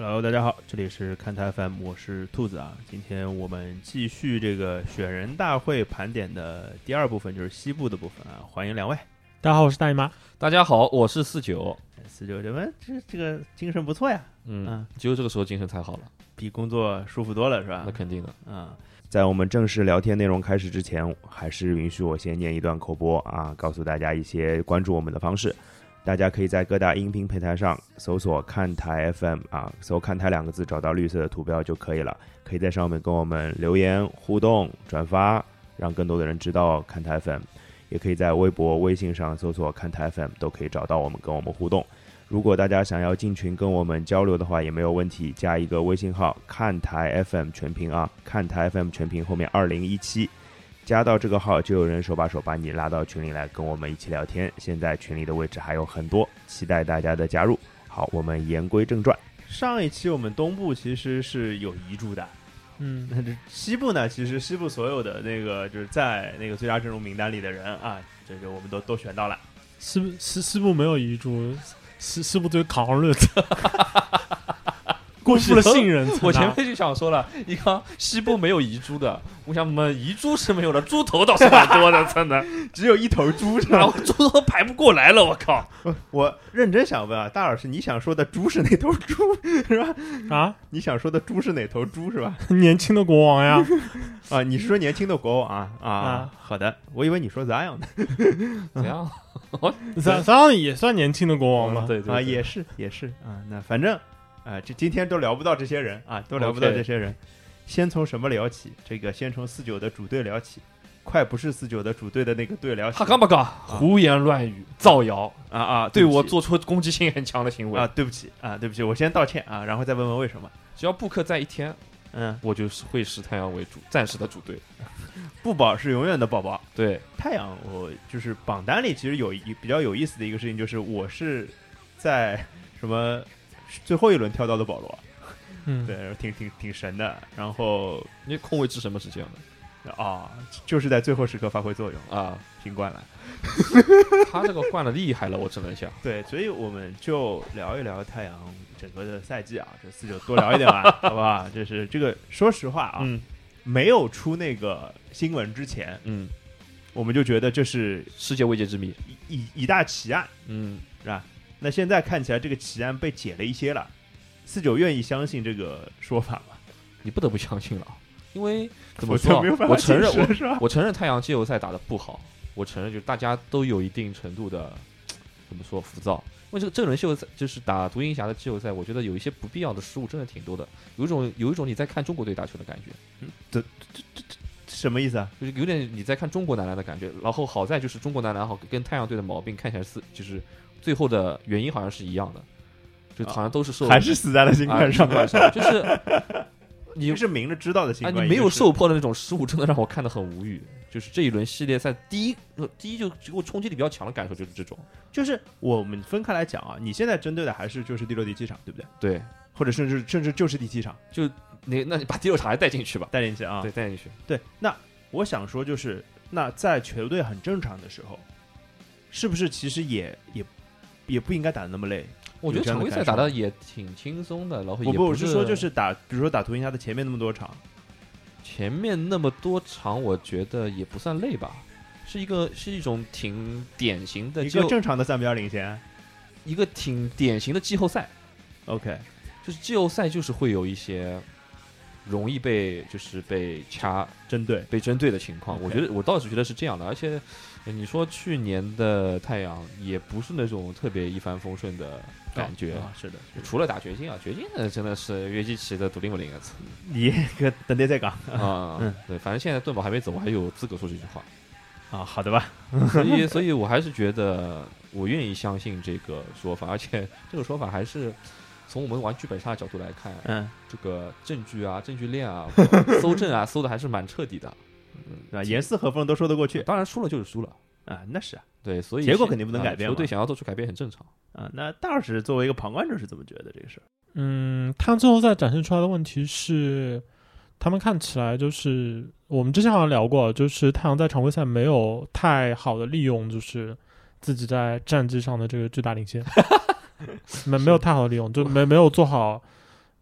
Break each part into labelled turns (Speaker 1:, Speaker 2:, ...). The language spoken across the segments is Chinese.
Speaker 1: Hello， 大家好，这里是看台 FM， 我是兔子啊。今天我们继续这个选人大会盘点的第二部分，就是西部的部分啊。欢迎两位。
Speaker 2: 大家好，我是大姨妈。
Speaker 3: 大家好，我是49。
Speaker 1: 49这们这个精神不错呀。
Speaker 3: 只有这个时候精神才好了，
Speaker 1: 比工作舒服多了是吧？
Speaker 3: 那肯定的。
Speaker 4: 在我们正式聊天内容开始之前，还是允许我先念一段口播啊，告诉大家一些关注我们的方式。大家可以在各大音频平台上搜索看台 FM 啊，搜看台2个字，找到绿色的图标就可以了。可以在上面跟我们留言互动转发，让更多的人知道看台 FM。也可以在微博微信上搜索看台 FM， 都可以找到我们跟我们互动。如果大家想要进群跟我们交流的话也没有问题，加一个微信号看台 FM 全屏啊，看台 FM 全屏后面2017，加到这个号就有人手把手把你拉到群里来跟我们一起聊天。现在群里的位置还有很多，期待大家的加入。好，我们言归正传。
Speaker 1: 上一期我们东部其实是有遗珠的，那这西部呢，其实西部所有的那个就是在那个最佳阵容名单里的人啊，这个我们都选到了。
Speaker 2: 西部没有遗珠，西部最扛日子，辜负了信任。
Speaker 3: 我前面就想说了，你看西部没有遗珠的，我想我们遗珠是没有的，猪头倒是蛮多的，真的
Speaker 1: 只有一头猪是吧？
Speaker 3: 我猪头排不过来了，我靠！
Speaker 1: 我认真想问啊，大老师，你想说的猪是哪头猪是吧？
Speaker 2: 啊，
Speaker 1: 你想说的猪是哪头猪是吧？
Speaker 2: 年轻的国王呀！
Speaker 1: 啊，你是说年轻的国王啊？好的，我以为你说 Zion 呢。
Speaker 3: 怎样
Speaker 2: ？Zion 也算年轻的国王吗？
Speaker 3: 对
Speaker 1: 啊，也是啊。那反正这今天都聊不到这些人啊，都聊不到这些人。先从什么聊起？这个先从49的主队聊起。快不是49的主队的那个队聊起。
Speaker 3: 他干嘛干？胡言乱语、造谣
Speaker 1: 对
Speaker 3: 我做出攻击性很强的行为
Speaker 1: 啊！对不起，我先道歉啊，然后再问问为什么。
Speaker 3: 只要布克在一天，我就是会视太阳为主，暂时的主队。
Speaker 1: 不保是永远的宝宝。
Speaker 3: 对，
Speaker 1: 太阳，我就是榜单里其实有比较有意思的一个事情，就是我是在什么最后一轮跳到的保罗。对，挺神的。然后
Speaker 3: 因为空位置什么是这样
Speaker 1: 的就是在最后时刻发挥作用
Speaker 3: 啊，
Speaker 1: 拼惯了。
Speaker 3: 他这个换了厉害了，我只能想。
Speaker 1: 对，所以我们就聊一聊太阳整个的赛季啊，这49多聊一点吧，好不好？就是这个，说实话啊，没有出那个新闻之前，我们就觉得这是
Speaker 3: 世界未解之谜，
Speaker 1: 一大奇案，是吧？那现在看起来这个奇案被解了一些了。49愿意相信这个说法吗？
Speaker 3: 你不得不相信了，因为怎么说？我承认太阳季后赛打得不好，我承认就是大家都有一定程度的怎么说浮躁。因为这轮季后赛就是打独行侠的季后赛，我觉得有一些不必要的失误，真的挺多的。有一种你在看中国队打球的感觉。
Speaker 1: 这什么意思啊？
Speaker 3: 就是有点你在看中国男篮的感觉。然后好在就是中国男篮跟太阳队的毛病看起来就是最后的原因好像是一样的。就好像都是
Speaker 1: 还是死在了新冠上，
Speaker 3: 就是你
Speaker 1: 是明着知道的新冠，
Speaker 3: 你没有受迫的那种失误，真的让我看得很无语。就是这一轮系列赛第一就给我冲击力比较强的感受就是这种。
Speaker 1: 就是我们分开来讲啊，你现在针对的还是就是第6、第7场，对不对？
Speaker 3: 对，
Speaker 1: 或者甚至就是第7场，
Speaker 3: 就那你把第6场还带进去吧，
Speaker 1: 带进去啊，
Speaker 3: 对，带进去。
Speaker 1: 对，那我想说就是，那在球队很正常的时候，是不是其实也不应该打得那么累？
Speaker 3: 我觉得常规赛打的也挺轻松的，然后也
Speaker 1: 我是说就是比如说打独行侠的前面那么多场，
Speaker 3: 前面那么多场，我觉得也不算累吧，是一种挺典型的
Speaker 1: 一个正常的3比2领先，
Speaker 3: 一个挺典型的季后赛。
Speaker 1: OK，
Speaker 3: 就是季后赛就是会有一些容易被针对的情况。
Speaker 1: Okay.
Speaker 3: 我倒是觉得是这样的，而且你说去年的太阳也不是那种特别一帆风顺的感觉，
Speaker 1: 是的，
Speaker 3: 除了打掘金啊，掘金呢真的是约基奇的独领不领啊！
Speaker 1: 你个等待在岗
Speaker 3: 对，反正现在盾宝还没走，我还有资格说这句话
Speaker 1: 啊。好的吧，
Speaker 3: 所以我还是觉得我愿意相信这个说法，而且这个说法还是从我们玩剧本杀的角度来看，这个证据链啊，搜证啊，搜的还是蛮彻底的，
Speaker 1: 对吧？严丝合缝都说得过去。
Speaker 3: 当然输了就是输了
Speaker 1: 啊，那是
Speaker 3: 对，所以
Speaker 1: 结果肯定不能改变嘛。
Speaker 3: 球队想要做出改变很正常
Speaker 1: 啊。那大老师作为一个旁观者是怎么觉得这个事？
Speaker 2: 他们最后赛展示出来的问题是，他们看起来就是我们之前好像聊过，就是太阳在常规赛没有太好的利用，就是自己在战绩上的这个巨大领先。没有太好的利用，就没有做好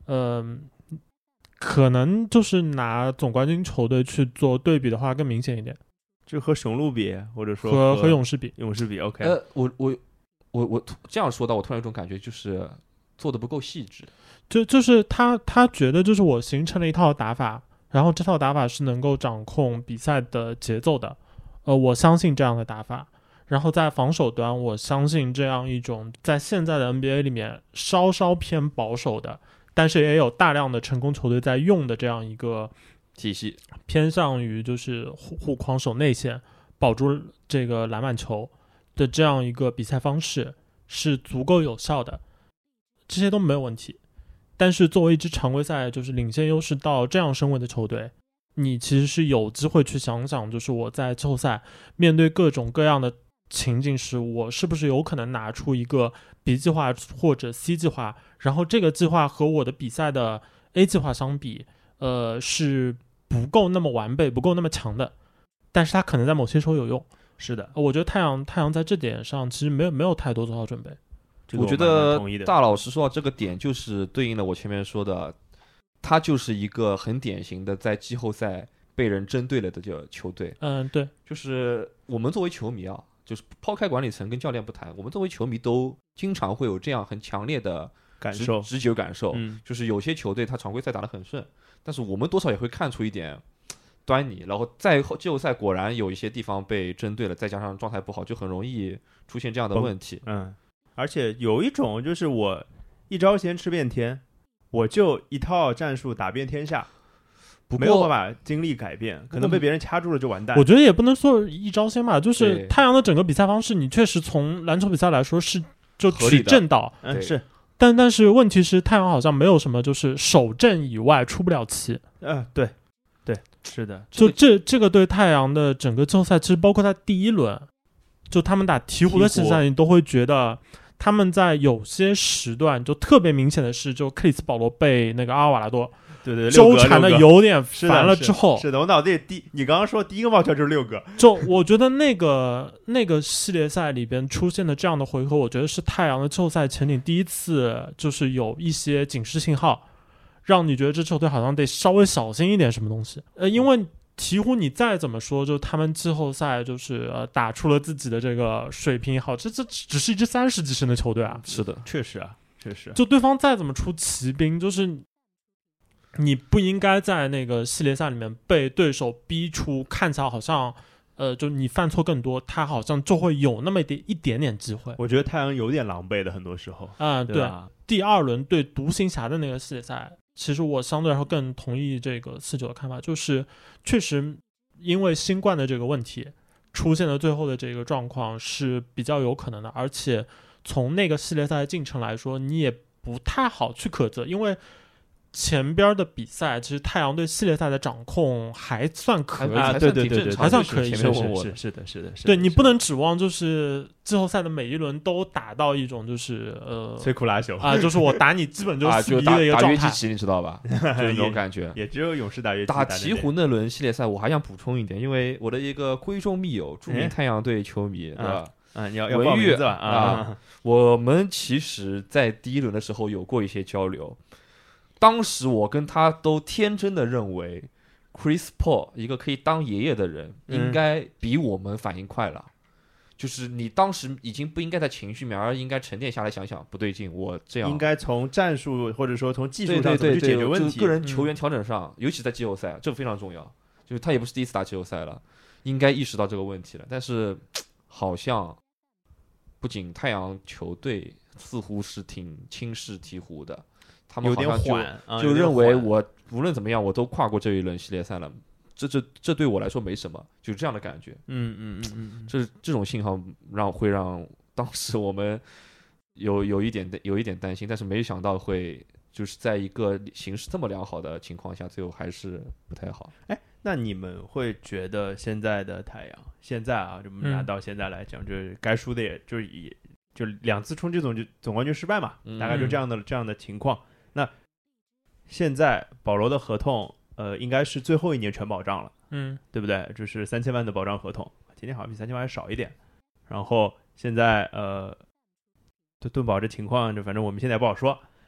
Speaker 2: 可能就是拿总冠军球队去做对比的话更明显一点，
Speaker 1: 就和雄鹿比，或者说
Speaker 2: 和勇士比
Speaker 1: OK。
Speaker 3: 我这样说到，我突然有种感觉，就是做的不够细致。
Speaker 2: 就是他觉得就是我形成了一套打法，然后这套打法是能够掌控比赛的节奏的，我相信这样的打法。然后在防守端，我相信这样一种在现在的 NBA 里面稍稍偏保守的，但是也有大量的成功球队在用的这样一个
Speaker 3: 体系，
Speaker 2: 偏向于就是护框守内线，保住这个篮板球的这样一个比赛方式是足够有效的，这些都没有问题。但是作为一支常规赛就是领先优势到这样升位的球队，你其实是有机会去想想，就是我在季后赛面对各种各样的情境时，我是不是有可能拿出一个 B 计划或者 C 计划，然后这个计划和我的比赛的 A 计划相比，是不够那么完备，不够那么强的，但是它可能在某些时候有用。
Speaker 1: 是的，
Speaker 2: 我觉得太阳在这点上其实没有太多做好准备。
Speaker 3: 我觉得大老师说到这个点，就是对应了我前面说的，他就是一个很典型的在季后赛被人针对了的这个球队。
Speaker 2: 对，
Speaker 3: 就是我们作为球迷啊，就是抛开管理层跟教练不谈，我们作为球迷都经常会有这样很强烈的直觉感受，就是有些球队他常规赛打得很顺，但是我们多少也会看出一点端倪，然后在季后赛果然有一些地方被针对了，再加上状态不好，就很容易出现这样的问题。
Speaker 1: 而且有一种就是我一招鲜吃遍天，我就一套战术打遍天下，没有办法经历改变，可能被别人掐住了就完蛋。
Speaker 2: 我觉得也不能说一招鲜吧，就是太阳的整个比赛方式，你确实从篮球比赛来说是就取正道，
Speaker 1: 是。
Speaker 2: 但是问题是太阳好像没有什么就是守正以外出不了棋。
Speaker 1: 对，是的。
Speaker 2: 就这个对太阳的整个季后赛，其实包括在第一轮，就他们打鹈鹕的系列赛，你都会觉得他们在有些时段就特别明显的是，就克里斯保罗被那个阿尔瓦拉多纠缠的有点烦了之后，
Speaker 1: 是的，我脑子里你刚刚说第一个帽球就是6个，
Speaker 2: 就我觉得那个系列赛里边出现的这样的回合，我觉得是太阳的季后赛前景第一次就是有一些警示信号，让你觉得这球队好像得稍微小心一点什么东西。因为鹈鹕你再怎么说，就他们季后赛就是打出了自己的这个水平也好，这只是一支30几胜的球队啊。
Speaker 3: 是的，
Speaker 1: 确实。
Speaker 2: 就对方再怎么出奇兵，就是你不应该在那个系列赛里面被对手逼出看起来好像就你犯错更多，他好像就会有那么一点点机会。
Speaker 1: 我觉得太阳有点狼狈的，很多时候
Speaker 2: 对，第2轮对独行侠的那个系列赛，其实我相对来说更同意这个49的看法，就是确实因为新冠的这个问题出现的最后的这个状况是比较有可能的，而且从那个系列赛的进程来说，你也不太好去苛责，因为前边的比赛其实太阳对系列赛的掌控还算可以，
Speaker 1: 对，
Speaker 2: 还算可以，
Speaker 1: 是的，
Speaker 2: 对，你不能指望就是季后赛的每一轮都打到一种就是
Speaker 1: 摧枯拉朽
Speaker 2: 就是我打你基本就4-1的一个状态，
Speaker 3: 打约基奇你知道吧？就那种感觉，
Speaker 1: 也只有勇士打约基奇。
Speaker 3: 打鹈鹕那轮系列赛，我还想补充一点，因为我的一个闺中密友，著名太阳队球迷，对吧？
Speaker 1: 你要报名字吧？
Speaker 3: 我们其实在第1轮的时候有过一些交流。当时我跟他都天真的认为 Chris Paul 一个可以当爷爷的人应该比我们反应快了，就是你当时已经不应该在情绪面，而应该沉淀下来想想不对劲，我这样
Speaker 1: 应该从战术或者说从技术上怎么去解决问题，
Speaker 3: 就个人球员调整上，尤其在季后赛这个非常重要，就是他也不是第一次打季后赛了，应该意识到这个问题了。但是好像不仅太阳球队似乎是挺轻视鹈鹕的，他们好像就认为我无论怎么样我都跨过这一轮系列赛了，这对我来说没什么，就这样的感觉。这种信号会让当时我们有一点担心，但是没想到会就是在一个形势这么良好的情况下，最后还是不太好。
Speaker 1: 那你们会觉得现在的太阳现在就拿到现在来讲，就是该输的也就是就2次冲击总冠军失败嘛，大概就这样的情况。那现在保罗的合同应该是最后1年全保障了，对不对？就是3000万的保障合同，今年好像比3000万还少一点。然后现在盾保这情况，就反正我们现在也不好说。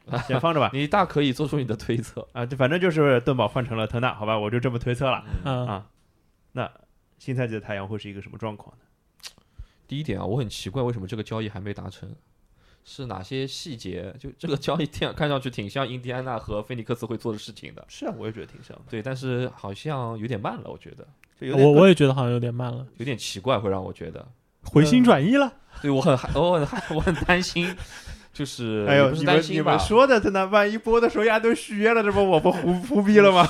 Speaker 1: 先放着吧。
Speaker 3: 你大可以做出你的推测
Speaker 1: 啊，反正就是邓宝换成了特纳，好吧，我就这么推测了。啊，那新赛季的太阳会是一个什么状况呢？
Speaker 3: 第一点啊，我很奇怪为什么这个交易还没达成，是哪些细节？就这个交易看上去挺像印第安纳和菲尼克斯会做的事情的。
Speaker 1: 是啊，我也觉得挺像的。
Speaker 3: 对，但是好像有点慢了，我觉得。
Speaker 2: 我也觉得好像有点慢了，
Speaker 3: 有点奇怪，会让我觉得
Speaker 2: 回心转意了。
Speaker 3: 对，我很担心。就是
Speaker 1: 哎呦，
Speaker 3: 不是担心吧？
Speaker 1: 你们说的，那万一播的时候亚顿续约了，这不我不胡逼了吗？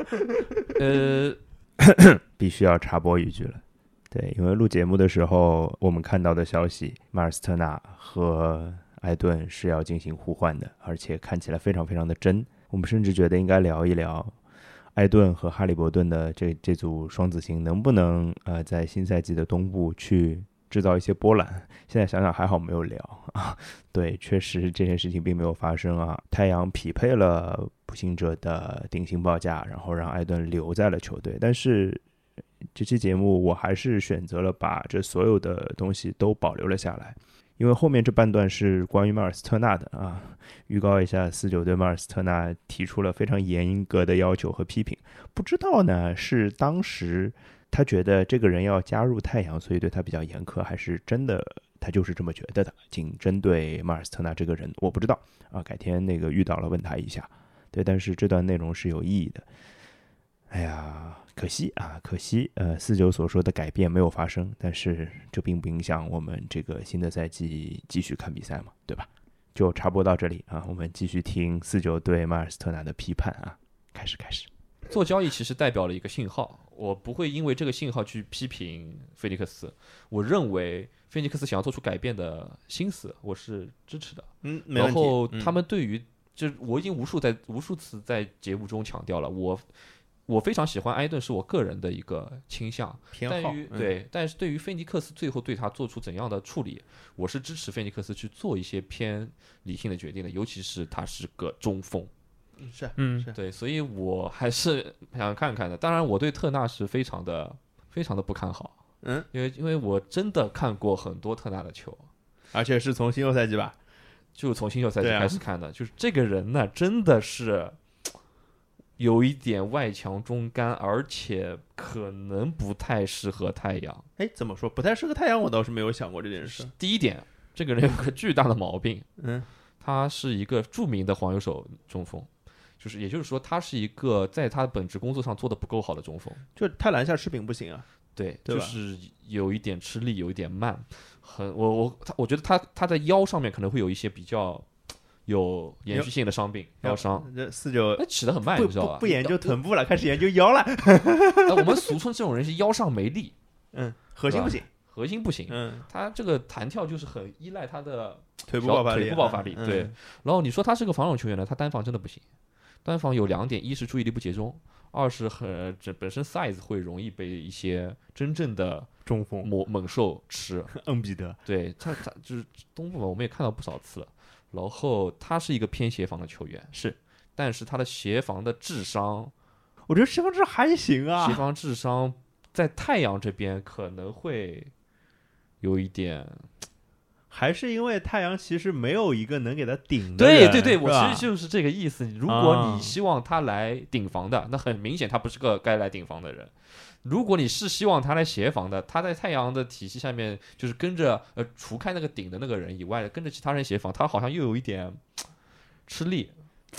Speaker 4: 必须要插播一句了。对，因为录节目的时候，我们看到的消息，马尔斯特纳和埃顿是要进行互换的，而且看起来非常非常的真。我们甚至觉得应该聊一聊埃顿和哈利伯顿的这组双子星能不能在新赛季的东部去制造一些波澜。现在想想还好没有聊啊。对，确实这件事情并没有发生啊。太阳匹配了步行者的顶薪报价，然后让埃顿留在了球队。但是这期节目我还是选择了把这所有的东西都保留了下来，因为后面这半段是关于马尔斯特纳的啊。预告一下，49对马尔斯特纳提出了非常严格的要求和批评。不知道呢，是当时他觉得这个人要加入太阳，所以对他比较严苛，还是真的他就是这么觉得的，仅针对马尔斯特纳这个人我不知道啊，改天那个遇到了问他一下。对，但是这段内容是有意义的。哎呀，可惜啊，可惜49所说的改变没有发生，但是这并不影响我们这个新的赛季继续看比赛嘛，对吧？就插播到这里啊，我们继续听49对马尔斯特纳的批判啊，开始。
Speaker 3: 做交易其实代表了一个信号，我不会因为这个信号去批评菲尼克斯。我认为菲尼克斯想要做出改变的心思，我是支持的。
Speaker 1: 没问题。
Speaker 3: 然后他们对于，就我已经无数次在节目中强调了，我非常喜欢埃顿，是我个人的一个倾向
Speaker 1: 偏好。
Speaker 3: 但是对于菲尼克斯最后对他做出怎样的处理，我是支持菲尼克斯去做一些偏理性的决定的，尤其是他是个中锋。
Speaker 1: 是，
Speaker 3: 对，所以我还是想看看的。当然，我对特纳是非常的不看好。因为我真的看过很多特纳的球，
Speaker 1: 而且是从新秀赛季吧，
Speaker 3: 就从新秀赛季开始看的。就是这个人呢，真的是有一点外强中干，而且可能不太适合太阳。
Speaker 1: 哎，怎么说不太适合太阳？我倒是没有想过这件事。
Speaker 3: 第一点，这个人有个巨大的毛病，他是一个著名的黄油手中锋。也就是说，他是一个在他本职工作上做的不够好的中锋，
Speaker 1: 就他篮下吃饼不行啊。
Speaker 3: 对，就是有一点吃力，有一点慢。我觉得他在腰上面可能会有一些比较有延续性的伤病，腰伤。
Speaker 1: 这49
Speaker 3: 起得很慢，你知道吧？
Speaker 1: 不研究臀部了，开始研究腰了。
Speaker 3: 我们俗称这种人是腰上没力，
Speaker 1: 核心不行。
Speaker 3: 核心不行，他这个弹跳就是很依赖他的
Speaker 1: 腿部爆发力，
Speaker 3: 对。然后你说他是个防守球员呢，他单防真的不行。单防有2点，一是注意力不集中，2是本身 size 会容易被一些真正的
Speaker 1: 中锋
Speaker 3: 猛兽吃。
Speaker 1: 恩比德，
Speaker 3: 对他就是东部嘛，我们也看到不少次了。然后他是一个偏协防的球员，但是他的协防的智商，
Speaker 1: 我觉得协防智商还行啊。
Speaker 3: 协防智商在太阳这边可能会有一点。
Speaker 1: 还是因为太阳其实没有一个能给他顶的人。
Speaker 3: 对，我其实就是这个意思。如果你希望他来顶防的，那很明显他不是个该来顶防的人。如果你是希望他来协防的，他在太阳的体系下面就是跟着除开那个顶的那个人以外，跟着其他人协防，他好像又有一点吃力，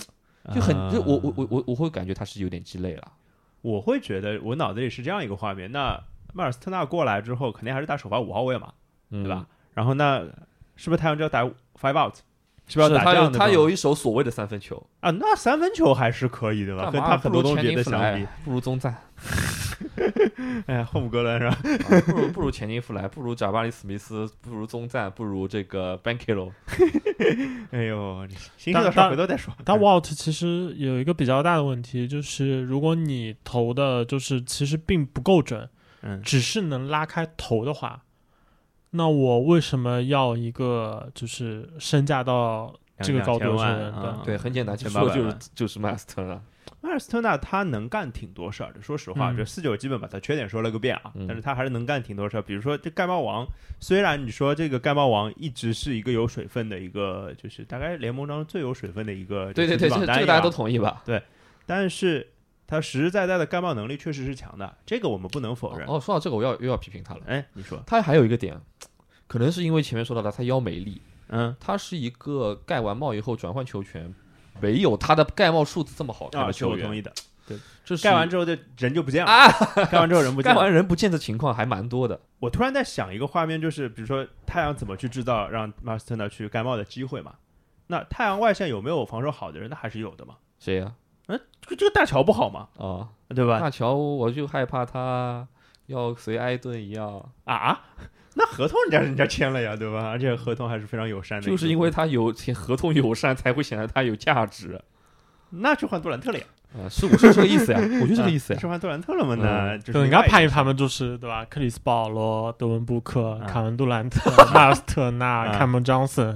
Speaker 3: 我会感觉他是有点鸡肋了。
Speaker 1: 我会觉得我脑子里是这样一个画面：那马尔斯特纳过来之后，肯定还是打首发5号位嘛，对吧？然后那是不是太阳就要打5 out？ 是不是要打这样的？
Speaker 3: 他有一手所谓的3分球
Speaker 1: 啊，那3分球还是可以的吧？跟他很多东西的相比，
Speaker 3: 不如宗赞。
Speaker 1: 哎呀，霍姆格伦是吧？
Speaker 3: 不如钱宁弗莱，不如贾巴里史密斯，不如宗赞，不如这个 Bankero。
Speaker 1: 哎呦，新秀的事回头再说。
Speaker 2: 但 Walt 其实有一个比较大的问题，就是如果你投的就是其实并不够准，只是能拉开头的话。那我为什么要一个就是身价到这个高度的球员。
Speaker 3: 对，很简单，其实就是迈尔斯特纳。
Speaker 1: 迈尔斯特纳他能干挺多事儿的，说实话，这49基本把他缺点说了个遍啊，但是他还是能干挺多事儿。比如说这盖帽王，虽然你说这个盖帽王一直是一个有水分的一个，就是大概联盟中最有水分的一个，
Speaker 3: 对，这个大家都同意吧？
Speaker 1: 对，但是他实实在在的盖帽能力确实是强的，这个我们不能否认。
Speaker 3: 说到这个，我又要批评他了。
Speaker 1: 哎，你说，
Speaker 3: 他还有一个点，可能是因为前面说到的他腰没力，他是一个盖完帽以后转换球权没有他的盖帽数字这么好看的球员。
Speaker 1: 我同意的。对，
Speaker 3: 就是
Speaker 1: 盖完之后就人就不见了啊！盖完之后人不见了，
Speaker 3: 盖完人不见的情况还蛮多的。
Speaker 1: 我突然在想一个画面，就是比如说太阳怎么去制造让马斯特纳去盖帽的机会嘛？那太阳外线有没有防守好的人？那还是有的嘛。
Speaker 3: 谁呀？
Speaker 1: 这个大乔不好吗？对吧？
Speaker 3: 大乔我就害怕他要随埃顿一样
Speaker 1: 啊。那合同人家签了呀，对吧？而且合同还是非常友善的，
Speaker 3: 就是因为他有合同友善，才会显得他有价值。
Speaker 1: 那就换杜兰特了呀。
Speaker 3: 是我是这个意思呀，我就这个意思呀。
Speaker 1: 是换杜兰特了吗？那
Speaker 2: 就是应该判一判嘛，就是对吧？克里斯保罗、德文布克、凯文杜兰特、迈尔斯特纳、凯文张森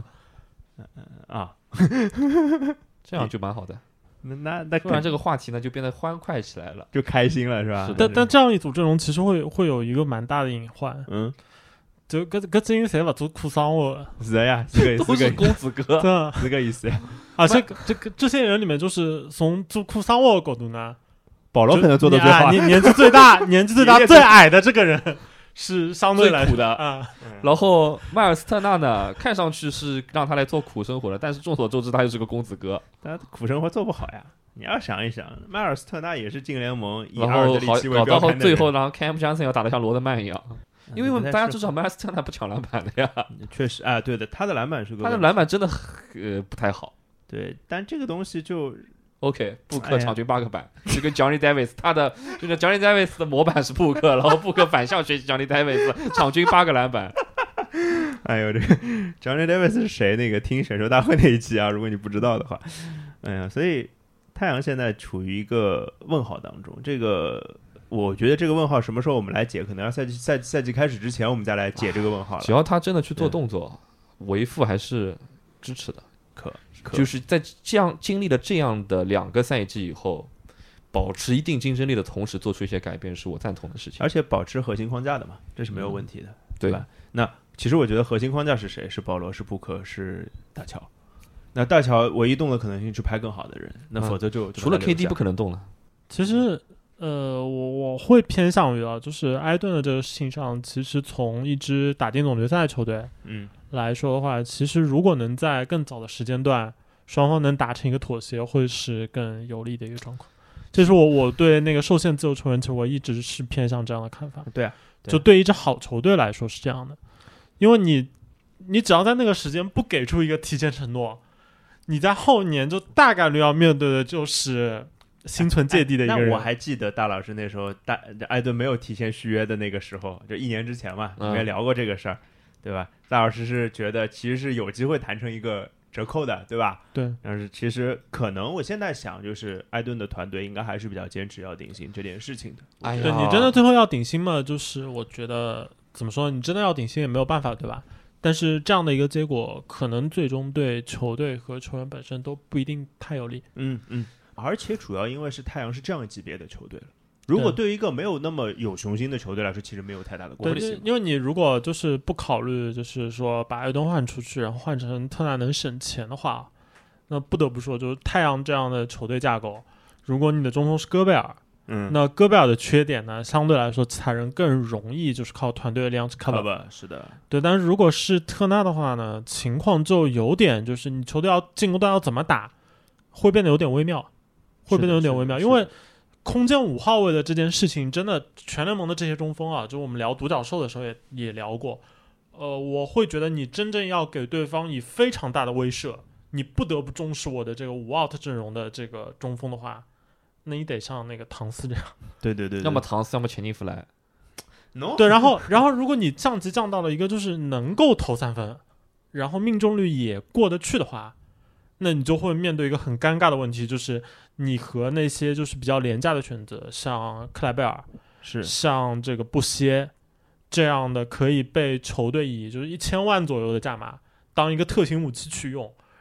Speaker 3: 这样就蛮好的。
Speaker 1: 那
Speaker 3: 突然这个话题呢就变得欢快起来了，
Speaker 1: 就开心了，是吧？
Speaker 2: 但这样一组阵容其实会有一个蛮大的隐患。就搿只因侪勿做库桑沃，
Speaker 1: 是呀，
Speaker 3: 都是公子哥，
Speaker 1: 是个意思呀。
Speaker 2: 而且这些人里面，就是从做库桑沃的角度呢，
Speaker 1: 保罗可能做的最好，
Speaker 2: 年纪最大、最矮的这个人是相对来
Speaker 3: 最苦的然后迈尔斯特纳呢，看上去是让他来做苦生活的，但是众所周知，他又是个公子哥，
Speaker 1: 但苦生活做不好呀。你要想一想，迈尔斯特纳也是进联盟
Speaker 3: 然后搞到最后，然后 Cam Johnson 要打得像罗德曼一样。因为大家知道迈尔斯特纳不抢篮板的呀，
Speaker 1: 确实对的，他的篮板是个，
Speaker 3: 他的篮板真的不太好。
Speaker 1: 对，但这个东西就
Speaker 3: OK， 布克场均8个板，就跟 Johnny Davis 他的就是 Johnny Davis 的模板是布克，然后布克反向学习 Johnny Davis 场均8个篮板。
Speaker 1: 哎呦，这个 Johnny Davis 是谁？那个听选秀大会那一期啊，如果你不知道的话，哎呀，所以太阳现在处于一个问号当中，这个。我觉得这个问号什么时候我们来解，可能要赛季开始之前我们再来解这个问号了。
Speaker 3: 只要他真的去做动作，维父还是支持的。就是在这样经历了这样的2个赛季以后，保持一定竞争力的同时做出一些改变，是我赞同的事情。
Speaker 1: 而且保持核心框架的嘛，这是没有问题的，对吧？那其实我觉得核心框架是谁？是保罗，是布克，是大乔。那大乔唯一动的可能性是拍更好的人，那否则就
Speaker 3: 除了 KD 不可能动了。
Speaker 2: 其实。我会偏向于就是埃顿的这个事情上，其实从一支打进总决赛的球队来说的话，其实如果能在更早的时间段双方能达成一个妥协，会是更有利的一个状况。这是我对那个受限自由球员球，我一直是偏向这样的看法。
Speaker 1: 对啊，
Speaker 2: 就对一支好球队来说是这样的，因为你只要在那个时间不给出一个提前承诺，你在后年就大概率要面对的就是心存芥蒂的一个人。
Speaker 1: 那我还记得大老师那时候埃顿没有提前续约的那个时候，就1年之前嘛，你们也聊过这个事儿，对吧？大老师是觉得其实是有机会谈成一个折扣的，对吧？
Speaker 2: 对。
Speaker 1: 但是其实可能我现在想，就是埃顿的团队应该还是比较坚持要顶薪这件事情的。
Speaker 2: 对，你真的最后要顶薪嘛？就是我觉得怎么说，你真的要顶薪也没有办法，对吧？但是这样的一个结果，可能最终对球队和球员本身都不一定太有利。
Speaker 1: 而且主要因为是太阳是这样级别的球队了，如果对于一个没有那么有雄心的球队来说，其实没有太大的关系。
Speaker 2: 因为你如果就是不考虑，就是说把埃顿换出去，然后换成特纳能省钱的话，那不得不说，就是太阳这样的球队架构，如果你的中锋是戈贝尔，那戈贝尔的缺点呢，相对来说其他人更容易就是靠团队的力量去 cover。
Speaker 1: 是的，
Speaker 2: 对。但是如果是特纳的话呢，情况就有点就是你球队要进攻端要怎么打，会变得有点微妙。因为空间5号位的这件事情，真的全联盟的这些中锋啊，就我们聊独角兽的时候也聊过。我会觉得你真正要给对方以非常大的威慑，你不得不重视我的这个5 out 阵容的这个中锋的话，那你得像那个唐斯这样。
Speaker 1: 对，
Speaker 3: 要么唐斯，要么钱尼弗莱。
Speaker 2: 对，然后如果你降级降到了一个就是能够投3分，然后命中率也过得去的话，那你就会面对一个很尴尬的问题，就是你和那些就是比较廉价的选择，像克莱贝尔，像这个布歇这样的可以被球队以就是1000万左右的价码当一个特型武器去用，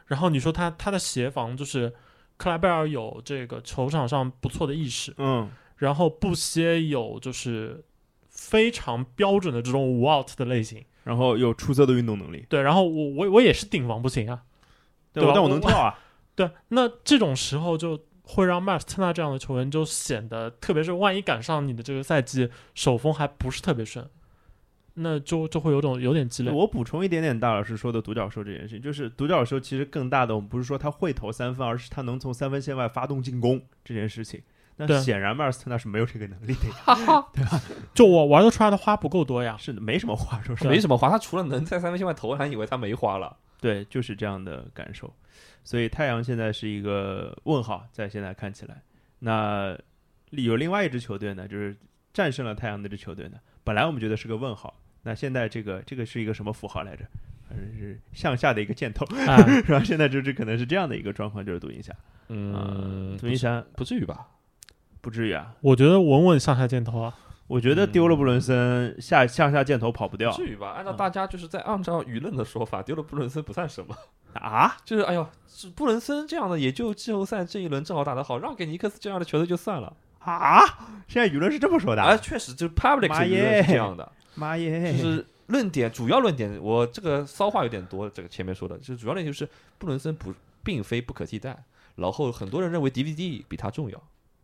Speaker 2: 然后你说他的协防就是克莱贝尔有这个球场上不错的意识，然后布歇有就是非常标准的这种无 out 的类型，
Speaker 1: 然后有出色的运动能力。
Speaker 2: 对，然后我也是顶防不行啊，对吧？
Speaker 1: 但我能跳啊。
Speaker 2: 对，那这种时候就会让迈尔斯特纳这样的球员就显得，特别是万一赶上你的这个赛季手风还不是特别顺，那就会有点积累。
Speaker 1: 我补充一点点大老师说的独角兽这件事情，就是独角兽其实更大的，我们不是说他会投3分，而是他能从3分线外发动进攻这件事情。那显然迈尔斯特纳是没有这个能力的呀，对吧？
Speaker 2: 就我玩得出来的花不够多呀。
Speaker 1: 是的，没什么花，说实话
Speaker 3: 没什么花，他除了能在3分线外投，还以为他没花了。
Speaker 1: 对，就是这样的感受。所以太阳现在是一个问号，在现在看起来。那有另外一支球队呢，就是战胜了太阳那支球队呢，本来我们觉得是个问号，那现在这个是一个什么符号来着？反正是向下的一个箭头，是吧？现在这可能是这样的一个状况，就是独行侠。独行侠
Speaker 3: 不至于吧？
Speaker 1: 不至于啊，
Speaker 2: 我觉得稳稳向下箭头啊。
Speaker 1: 我觉得丢了布伦森向下箭头跑不掉。
Speaker 3: 不至于吧？按照大家就是按照舆论的说法，丢了布伦森不算什么
Speaker 1: 啊。
Speaker 3: 就是哎呦，布伦森这样的也就季后赛这一轮正好打得好，让给尼克斯这样的球队就算了
Speaker 1: 啊。现在舆论是这么说的啊？
Speaker 3: 确实，就 public 舆论是这样的。
Speaker 1: 妈耶！
Speaker 3: 就是主要论点，我这个骚话有点多。这个前面说的，就是主要论点就是布伦森并非不可替代，然后很多人认为 DVD 比他重要。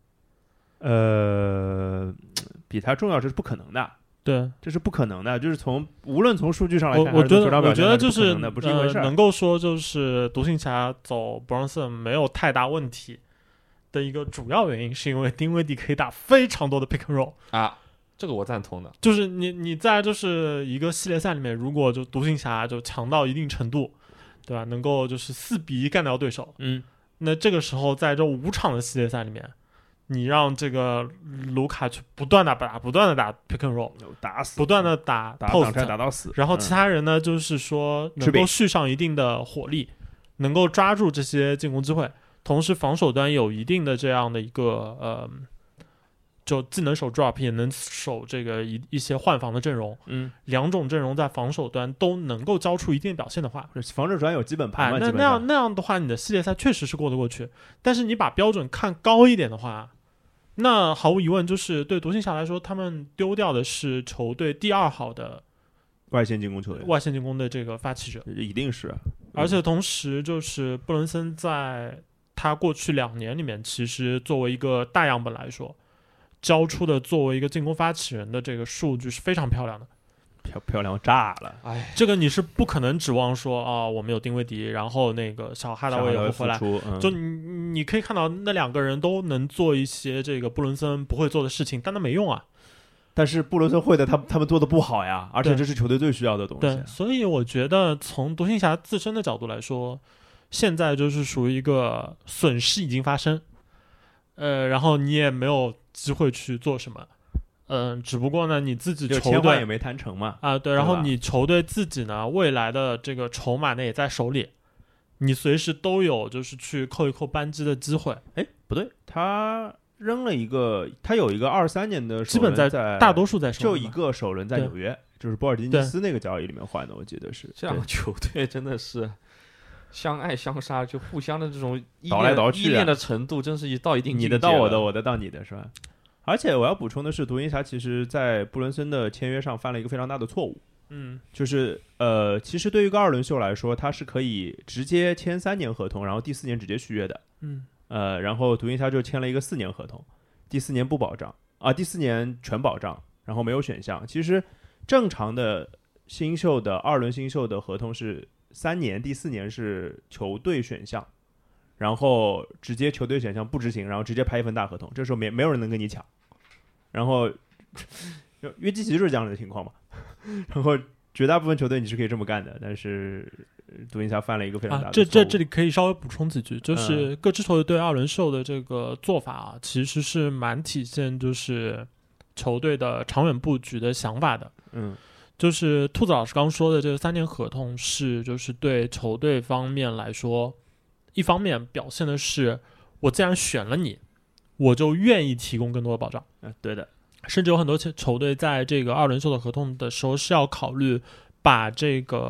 Speaker 1: 比他重要这是不可能的，
Speaker 2: 对，
Speaker 1: 这是不可能的，就是无论从数据上来看，
Speaker 2: 我觉得
Speaker 1: 就是不是一回事。
Speaker 2: 能够说就是独行侠走布朗森没有太大问题的一个主要原因，是因为丁威迪可以打非常多的 pick and roll
Speaker 3: 啊，这个我赞同的。
Speaker 2: 就是你在就是一个系列赛里面，如果就独行侠就强到一定程度，对吧？能够就是4-1干掉对手，那这个时候在这5场的系列赛里面。你让这个卢卡去不断的打 pick and roll，
Speaker 1: 打死，
Speaker 2: 不断的打 post，
Speaker 1: 打到死，
Speaker 2: 然后其他人呢，就是说能够续上一定的火力，能够抓住这些进攻机会，同时防守端有一定的这样的一个就既能守 drop 也能守这个一些换防的阵容，两种阵容在防守端都能够交出一定表现的话，
Speaker 1: 防守端有基本盘嘛，
Speaker 2: 那样的话，你的系列赛确实是过得过去。但是你把标准看高一点的话，那毫无疑问就是对独行侠来说，他们丢掉的是球队第2好的
Speaker 1: 外线进攻球员，
Speaker 2: 外线进攻的这个发起者，
Speaker 1: 一定是。
Speaker 2: 而且同时就是布伦森在他过去2年里面，其实作为一个大样本来说，交出的作为一个进攻发起人的这个数据是非常漂亮的，
Speaker 1: 漂亮炸了。
Speaker 2: 哎，这个你是不可能指望说啊，我们有丁威迪，然后那个小哈达威也会回来，就你可以看到那2个人都能做一些这个布伦森不会做的事情，但那没用啊。
Speaker 1: 但是布伦森会的，他们做的不好呀，而且这是球队最需要的东西。
Speaker 2: 对，所以我觉得从独行侠自身的角度来说，现在就是属于一个损失已经发生，然后你也没有机会去做什么。只不过呢，你自己球队
Speaker 1: 也没谈成嘛，
Speaker 2: 对，然后你球队自己呢，未来的这个筹码呢也在手里，你随时都有就是去扣一扣扳机的机会。
Speaker 1: 哎，不对，他扔了一个，他有一个23年的首轮，
Speaker 2: 基本在大多数在手里，
Speaker 1: 就一个首轮在纽约，就是波尔津吉斯那个交易里面换的，我记得是。
Speaker 3: 这两个球队真的是相爱相杀，就互相的这种
Speaker 1: 倒来倒去，
Speaker 3: 依恋的程度真是到一定境界，
Speaker 1: 你的到我的，我的到你的，是吧？而且我要补充的是，独行侠其实在布伦森的签约上犯了一个非常大的错误。就是其实对于一个2轮秀来说，他是可以直接签3年合同，然后第4年直接续约的。然后独行侠就签了一个4年合同，第4年不保障啊，第4年全保障，然后没有选项。其实正常的新秀的2轮新秀的合同是3年，第4年是球队选项。然后直接球队选项不执行，然后直接拍一份大合同，这时候没有人能跟你抢。然后约基奇就是这样的情况嘛。然后绝大部分球队你是可以这么干的，但是独行侠犯了一个非常大的错误。
Speaker 2: 这里可以稍微补充几句，就是各支球队对2轮秀的这个做法啊，其实是蛮体现就是球队的长远布局的想法的。就是兔子老师刚说的这个3年合同是就是对球队方面来说。一方面表现的是，我既然选了你，我就愿意提供更多的保障。
Speaker 1: 对的，
Speaker 2: 甚至有很多球队在这个2轮秀的合同的时候是要考虑把这个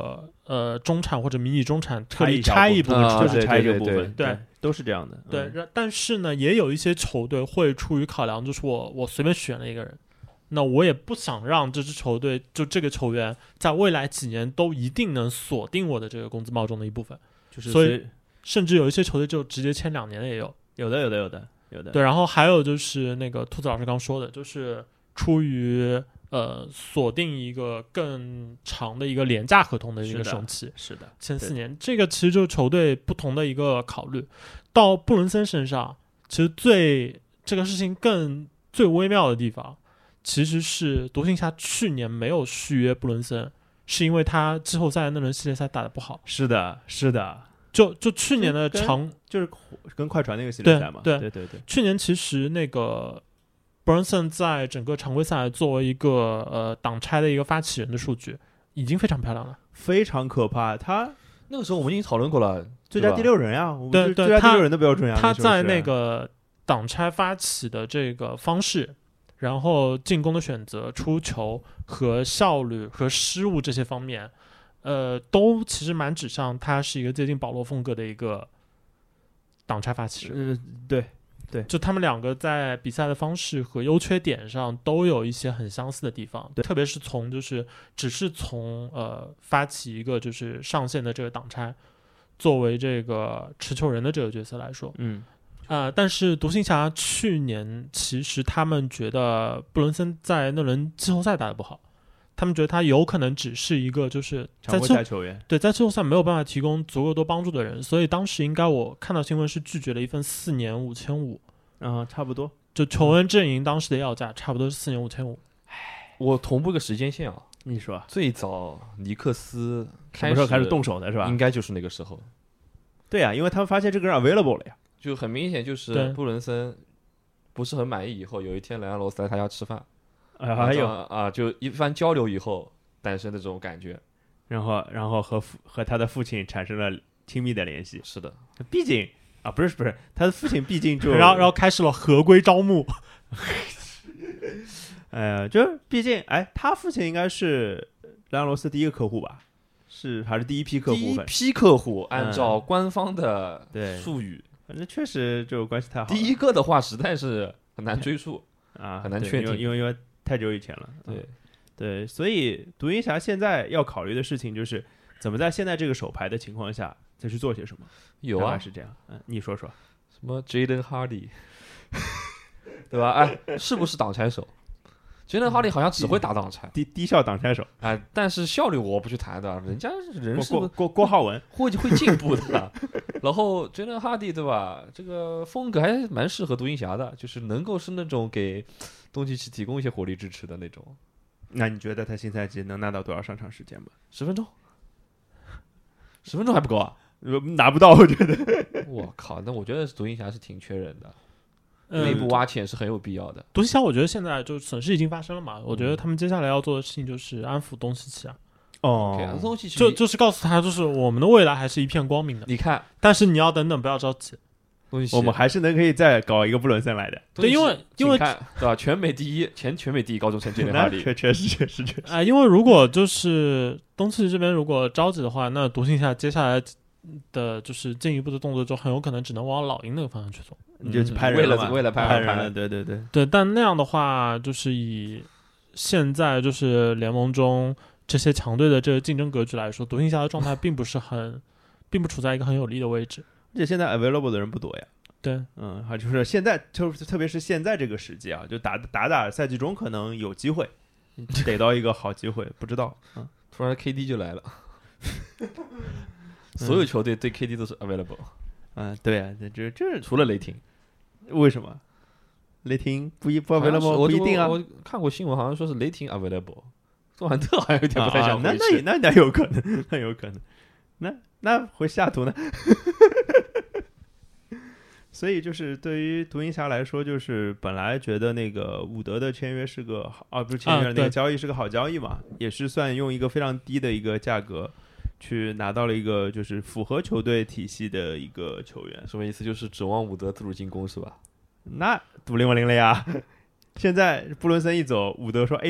Speaker 2: 中产或者迷你中产特地拆一部分，
Speaker 1: 就是拆一个部分，
Speaker 2: 对，
Speaker 1: 都是这样的。
Speaker 2: 对，但是呢，也有一些球队会出于考量，就是我随便选了一个人，那我也不想让这支球队就这个球员在未来几年都一定能锁定我的这个工资帽中的一部分，
Speaker 1: 就是
Speaker 2: 所以甚至有一些球队就直接签2年的也有，
Speaker 1: 有的。
Speaker 2: 对，然后还有就是那个兔子老师刚说的，就是出于锁定一个更长的一个廉价合同的一个首期，
Speaker 1: 是的，
Speaker 2: 签4年，这个其实就是球队不同的一个考虑。到布伦森身上，其实这个事情最微妙的地方，其实是独行侠去年没有续约布伦森，是因为他季后赛那轮系列赛打得不好。
Speaker 1: 是的，
Speaker 2: 就去年的
Speaker 1: 就是跟快船那个系列赛嘛，对，
Speaker 2: 去年其实那个布伦森在整个常规赛作为一个挡拆的一个发起人的数据，已经非常漂亮了，
Speaker 1: 非常可怕。他
Speaker 3: 那个时候我们已经讨论过了，
Speaker 1: 最佳第6人呀，
Speaker 2: 对，
Speaker 1: 最佳第6人的标准呀。
Speaker 2: 他在那个挡拆发起的这个方式，然后进攻的选择、出球和效率和失误这些方面。都其实蛮指向他是一个接近保罗风格的一个挡拆发起人。
Speaker 1: 对，
Speaker 2: 就他们两个在比赛的方式和优缺点上都有一些很相似的地方。对，特别是只是从发起一个就是上线的这个挡拆，作为这个持球人的这个角色来说，但是独行侠去年其实他们觉得布伦森在那轮季后赛打得不好。他们觉得他有可能只是一个就是
Speaker 1: 常规赛球员，
Speaker 2: 对，在季后赛没有办法提供足够多帮助的人，所以当时应该我看到新闻是拒绝了一份4年5500，
Speaker 1: 差不多，
Speaker 2: 就球员阵营当时的要价差不多是4年5500。
Speaker 3: 我同步个时间线啊，
Speaker 1: 你说
Speaker 3: 最早尼克斯
Speaker 1: 什么时候开始动手的是吧？
Speaker 3: 应该就是那个时候。
Speaker 1: 对啊，因为他们发现这个人 available 了呀，
Speaker 3: 就很明显就是布伦森不是很满意，以后有一天莱昂罗斯来他家吃饭。
Speaker 1: 还有
Speaker 3: 就一番交流以后诞生的这种感觉，
Speaker 1: 然后和他的父亲产生了亲密的联系。
Speaker 3: 是的，
Speaker 1: 毕竟不是他的父亲，毕竟就
Speaker 2: 然后开始了合规招募。
Speaker 1: 就毕竟他父亲应该是莱昂罗斯第一个客户吧？还是第一批客户？
Speaker 3: 第一批客户，按照官方的术语，
Speaker 1: 反正确实就关系太好了。
Speaker 3: 第一个的话，实在是很难追溯很难确定，
Speaker 1: 因为太久以前了。对，所以独行侠现在要考虑的事情就是怎么在现在这个手牌的情况下再去做些什么。
Speaker 3: 有啊，
Speaker 1: 是这样。你说说
Speaker 3: 什么 Jaden Hardy 对吧？是不是挡拆手？Jaden Hardy 好像只会打挡拆，
Speaker 1: 低效挡拆手
Speaker 3: 但是效率我不去谈的，人家人是
Speaker 1: 郭浩文
Speaker 3: 会进步的。然后 Jaden Hardy 对吧？这个风格还蛮适合独行侠的，就是能够是那种给东契奇提供一些火力支持的那种。
Speaker 1: 那你觉得他新赛季能拿到多少上场时间吧
Speaker 3: ？10分钟，10分钟还不够啊？
Speaker 1: 拿不到，我觉得。
Speaker 3: 我靠，那我觉得独行侠是挺缺人的，内部挖潜是很有必要的。
Speaker 2: 独行侠我觉得现在就损失已经发生了嘛，我觉得他们接下来要做的事情就是安抚东契奇啊。
Speaker 3: 东契奇
Speaker 2: 就是告诉他，就是我们的未来还是一片光明的。
Speaker 3: 你看，
Speaker 2: 但是你要等等，不要着急。
Speaker 1: 我们还是可以再搞一个布伦森来的。
Speaker 2: 对，因为
Speaker 3: 看对吧？全美第一高中生Jaden Hardy，
Speaker 1: 确实。
Speaker 2: 因为如果就是东契奇这边如果着急的话，那独行侠接下来的就是进一步的动作就很有可能只能往老鹰那个方向去走。
Speaker 1: 你就拍人了嘛，
Speaker 3: 为了拍人了，
Speaker 2: 对。但那样的话，就是以现在就是联盟中这些强队的这个竞争格局来说，独行侠的状态并不处在一个很有利的位置。
Speaker 1: 而且现在 available 的人不多呀。
Speaker 2: 对，
Speaker 1: 就是现在，特别是现在这个时机啊，就打赛季中可能有机会逮到一个好机会，不知道。
Speaker 3: 突然 KD 就来了，所有球队对 KD 都是 available。
Speaker 1: 对啊，这
Speaker 3: 除了雷霆，
Speaker 1: 为什么？雷霆不 available 不一定啊。
Speaker 3: 我看过新闻，好像说是雷霆 available， 杜兰特好像有点不太想回去。
Speaker 1: 那有可能，那有可能。那回西雅图呢？所以就是对于独行侠来说，就是本来觉得那个伍德的签约是个不是签约，那个交易是个好交易嘛，也是算用一个非常低的一个价格去拿到了一个就是符合球队体系的一个球员。
Speaker 3: 什么意思？就是指望伍德自主进攻是吧？
Speaker 1: 那赌0-0了呀。现在布伦森一走，伍德说：“哎呦，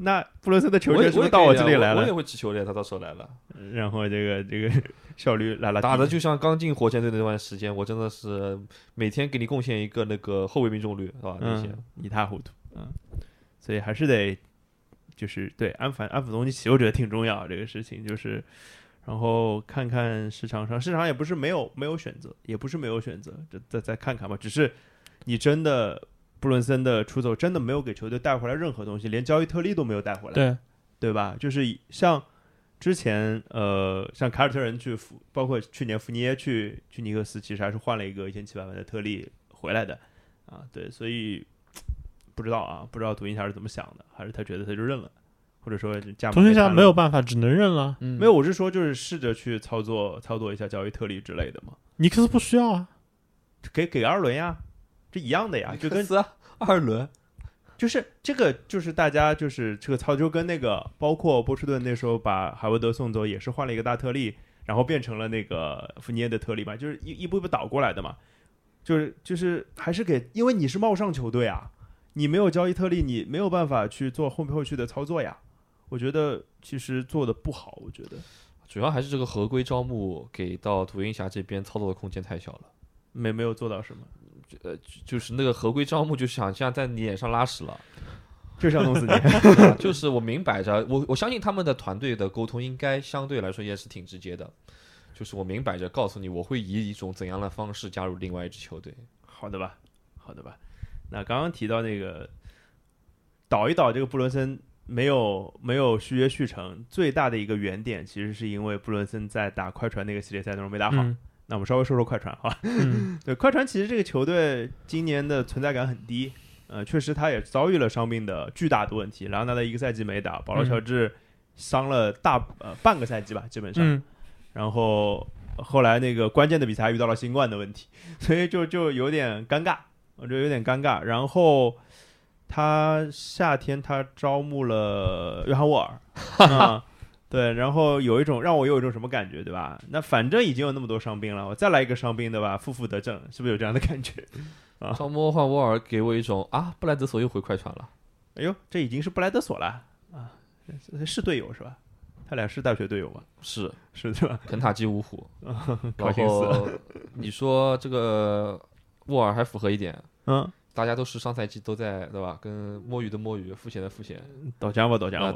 Speaker 1: 那布伦森的球权是不是到我这里来了？
Speaker 3: 我也会持球的，他到时候来了，
Speaker 1: 然后这个效率来了，
Speaker 3: 打的就像刚进火箭队那段时间，我真的是每天给你贡献一个那个后卫命中率，是吧？那些
Speaker 1: 一塌糊涂，所以还是得就是对安抚东契奇，我觉得挺重要这个事情，就是然后看看市场也不是没有选择，也不是没有选择，再看看吧，只是你真的。布伦森的出走真的没有给球队带回来任何东西，连交易特例都没有带回来，对吧？就是像之前像凯尔特人包括去年福尼耶去尼克斯，其实还是换了一个1700万的特例回来的啊，对，所以不知道独行侠是怎么想的，还是他觉得他就认了，或者说
Speaker 2: 独行侠没有办法，只能认了。
Speaker 1: 没有，我是说就是试着去操作一下交易特例之类的嘛。
Speaker 2: 尼克斯不需要啊，
Speaker 1: 给2轮呀。这一样的呀，就跟
Speaker 3: 2轮，
Speaker 1: 就是这个，就是大家就是这个操作跟那个，包括波士顿那时候把海沃德送走，也是换了一个大特例，然后变成了那个福尼耶的特例嘛，就是一步一步倒过来的嘛，就是还是给，因为你是冒上球队啊，你没有交易特例，你没有办法去做后续的操作呀。我觉得其实做的不好，我觉得
Speaker 3: 主要还是这个合规招募给到独行侠这边操作的空间太小了，
Speaker 1: 没有做到什么。
Speaker 3: 就是那个合规招募，就想像在你脸上拉屎了，
Speaker 1: 就是要弄死你。
Speaker 3: 就是我明摆着，我相信他们的团队的沟通应该相对来说也是挺直接的。就是我明摆着告诉你，我会以一种怎样的方式加入另外一支球队。
Speaker 1: 好的吧。那刚刚提到那个倒一倒这个布伦森没有续约续成，最大的一个原点其实是因为布伦森在打快船那个系列赛中没打好。那我们稍微说说快船哈，对，快船其实这个球队今年的存在感很低，确实他也遭遇了伤病的巨大的问题，莱昂纳德1个赛季没打，保罗乔治伤了半个赛季吧，基本上，然后后来那个关键的比赛还遇到了新冠的问题，所以就有点尴尬，我觉得有点尴尬。然后他夏天他招募了约翰沃尔，对，然后让我有一种什么感觉，对吧？那反正已经有那么多伤病了，我再来一个伤病，对吧？负得正，是不是有这样的感觉？
Speaker 3: 招募换沃尔给我一种布莱德索又回快船了。
Speaker 1: 哎呦，这已经是布莱德索了啊，是队友是吧？他俩是大学队友吗？
Speaker 3: 是
Speaker 1: 对吧？
Speaker 3: 肯塔基五虎。然后你说这个沃尔还符合一点，大家都是上赛季都在，对吧？跟摸鱼的摸鱼，复闲的复闲，
Speaker 1: 倒江湖，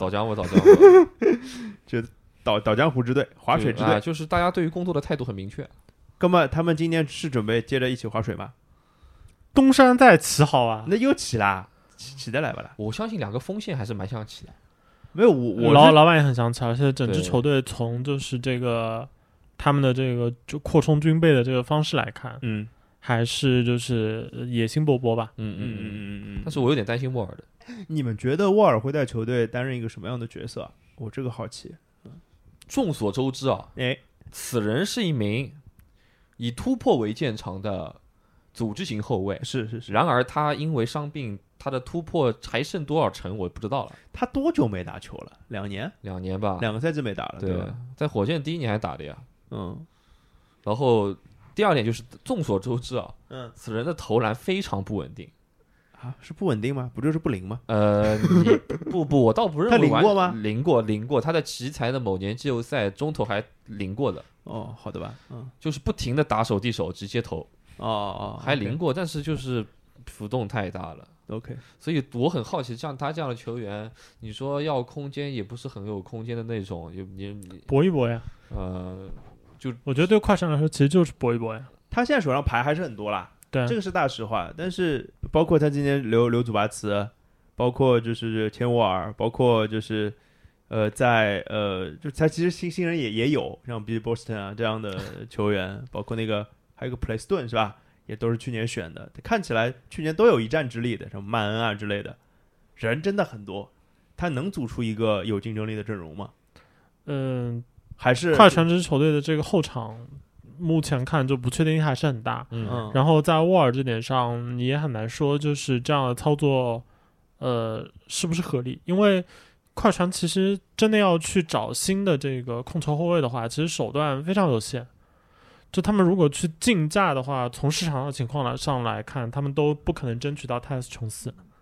Speaker 1: 就倒江湖之队，划水之队，
Speaker 3: 就是大家对于工作的态度很明确。
Speaker 1: 哥们，他们今年是准备接着一起划水吗？
Speaker 2: 东山再起好啊，
Speaker 1: 那又起啦，起得来吧啦？
Speaker 3: 我相信两个锋线还是蛮想起的。
Speaker 1: 没有，我
Speaker 2: 老板也很想起，而且整支球队从就是这个他们的这个就扩充军备的这个方式来看，还是就是野心勃勃吧。
Speaker 3: 但是我有点担心沃尔的。
Speaker 1: 你们觉得沃尔会在球队担任一个什么样的角色？我这个好奇。
Speaker 3: 众所周知啊，此人是一名以突破为见长的组织型后卫。
Speaker 1: 是。
Speaker 3: 然而他因为伤病，他的突破还剩多少成我不知道了。
Speaker 1: 他多久没打球了？2年
Speaker 3: ？2年吧
Speaker 1: ，2个赛季没打了。对吧？
Speaker 3: 在火箭第1年还打的呀。然后第二点就是众所周知啊，此人的投篮非常不稳定。
Speaker 1: 是不稳定吗？不就是不灵吗？
Speaker 3: 不，我倒不认为
Speaker 1: 他灵过吗？
Speaker 3: 灵过，他在奇才的某年季后赛中投还灵过的。
Speaker 1: 好的吧，
Speaker 3: 就是不停的打手递手直接投。还灵过，但是就是浮动太大了。
Speaker 1: OK，
Speaker 3: 所以我很好奇，像他这样的球员，你说要空间也不是很有空间的那种，你
Speaker 2: 搏一搏呀。
Speaker 3: 就
Speaker 2: 我觉得对快船来说，其实就是搏一搏呀。
Speaker 1: 他现在手上牌还是很多啦。
Speaker 2: 对，
Speaker 1: 这个是大实话，但是包括他今年留祖巴茨，包括就是钱沃尔，包括就是就他其实新人也有像 Billy Boston 啊这样的球员，包括那个还有个普雷斯顿是吧，也都是去年选的，看起来去年都有一战之力的，什么曼恩啊之类的，人真的很多，他能组出一个有竞争力的阵容吗？还是
Speaker 2: 快船这支球队的这个后场目前看就不确定性还是很大。然后在沃尔这点上你也很难说就是这样的操作是不是合理，因为快船其实真的要去找新的这个控球后卫的话，其实手段非常有限，就他们如果去竞价的话，从市场的情况上来看，他们都不可能争取到泰斯琼斯。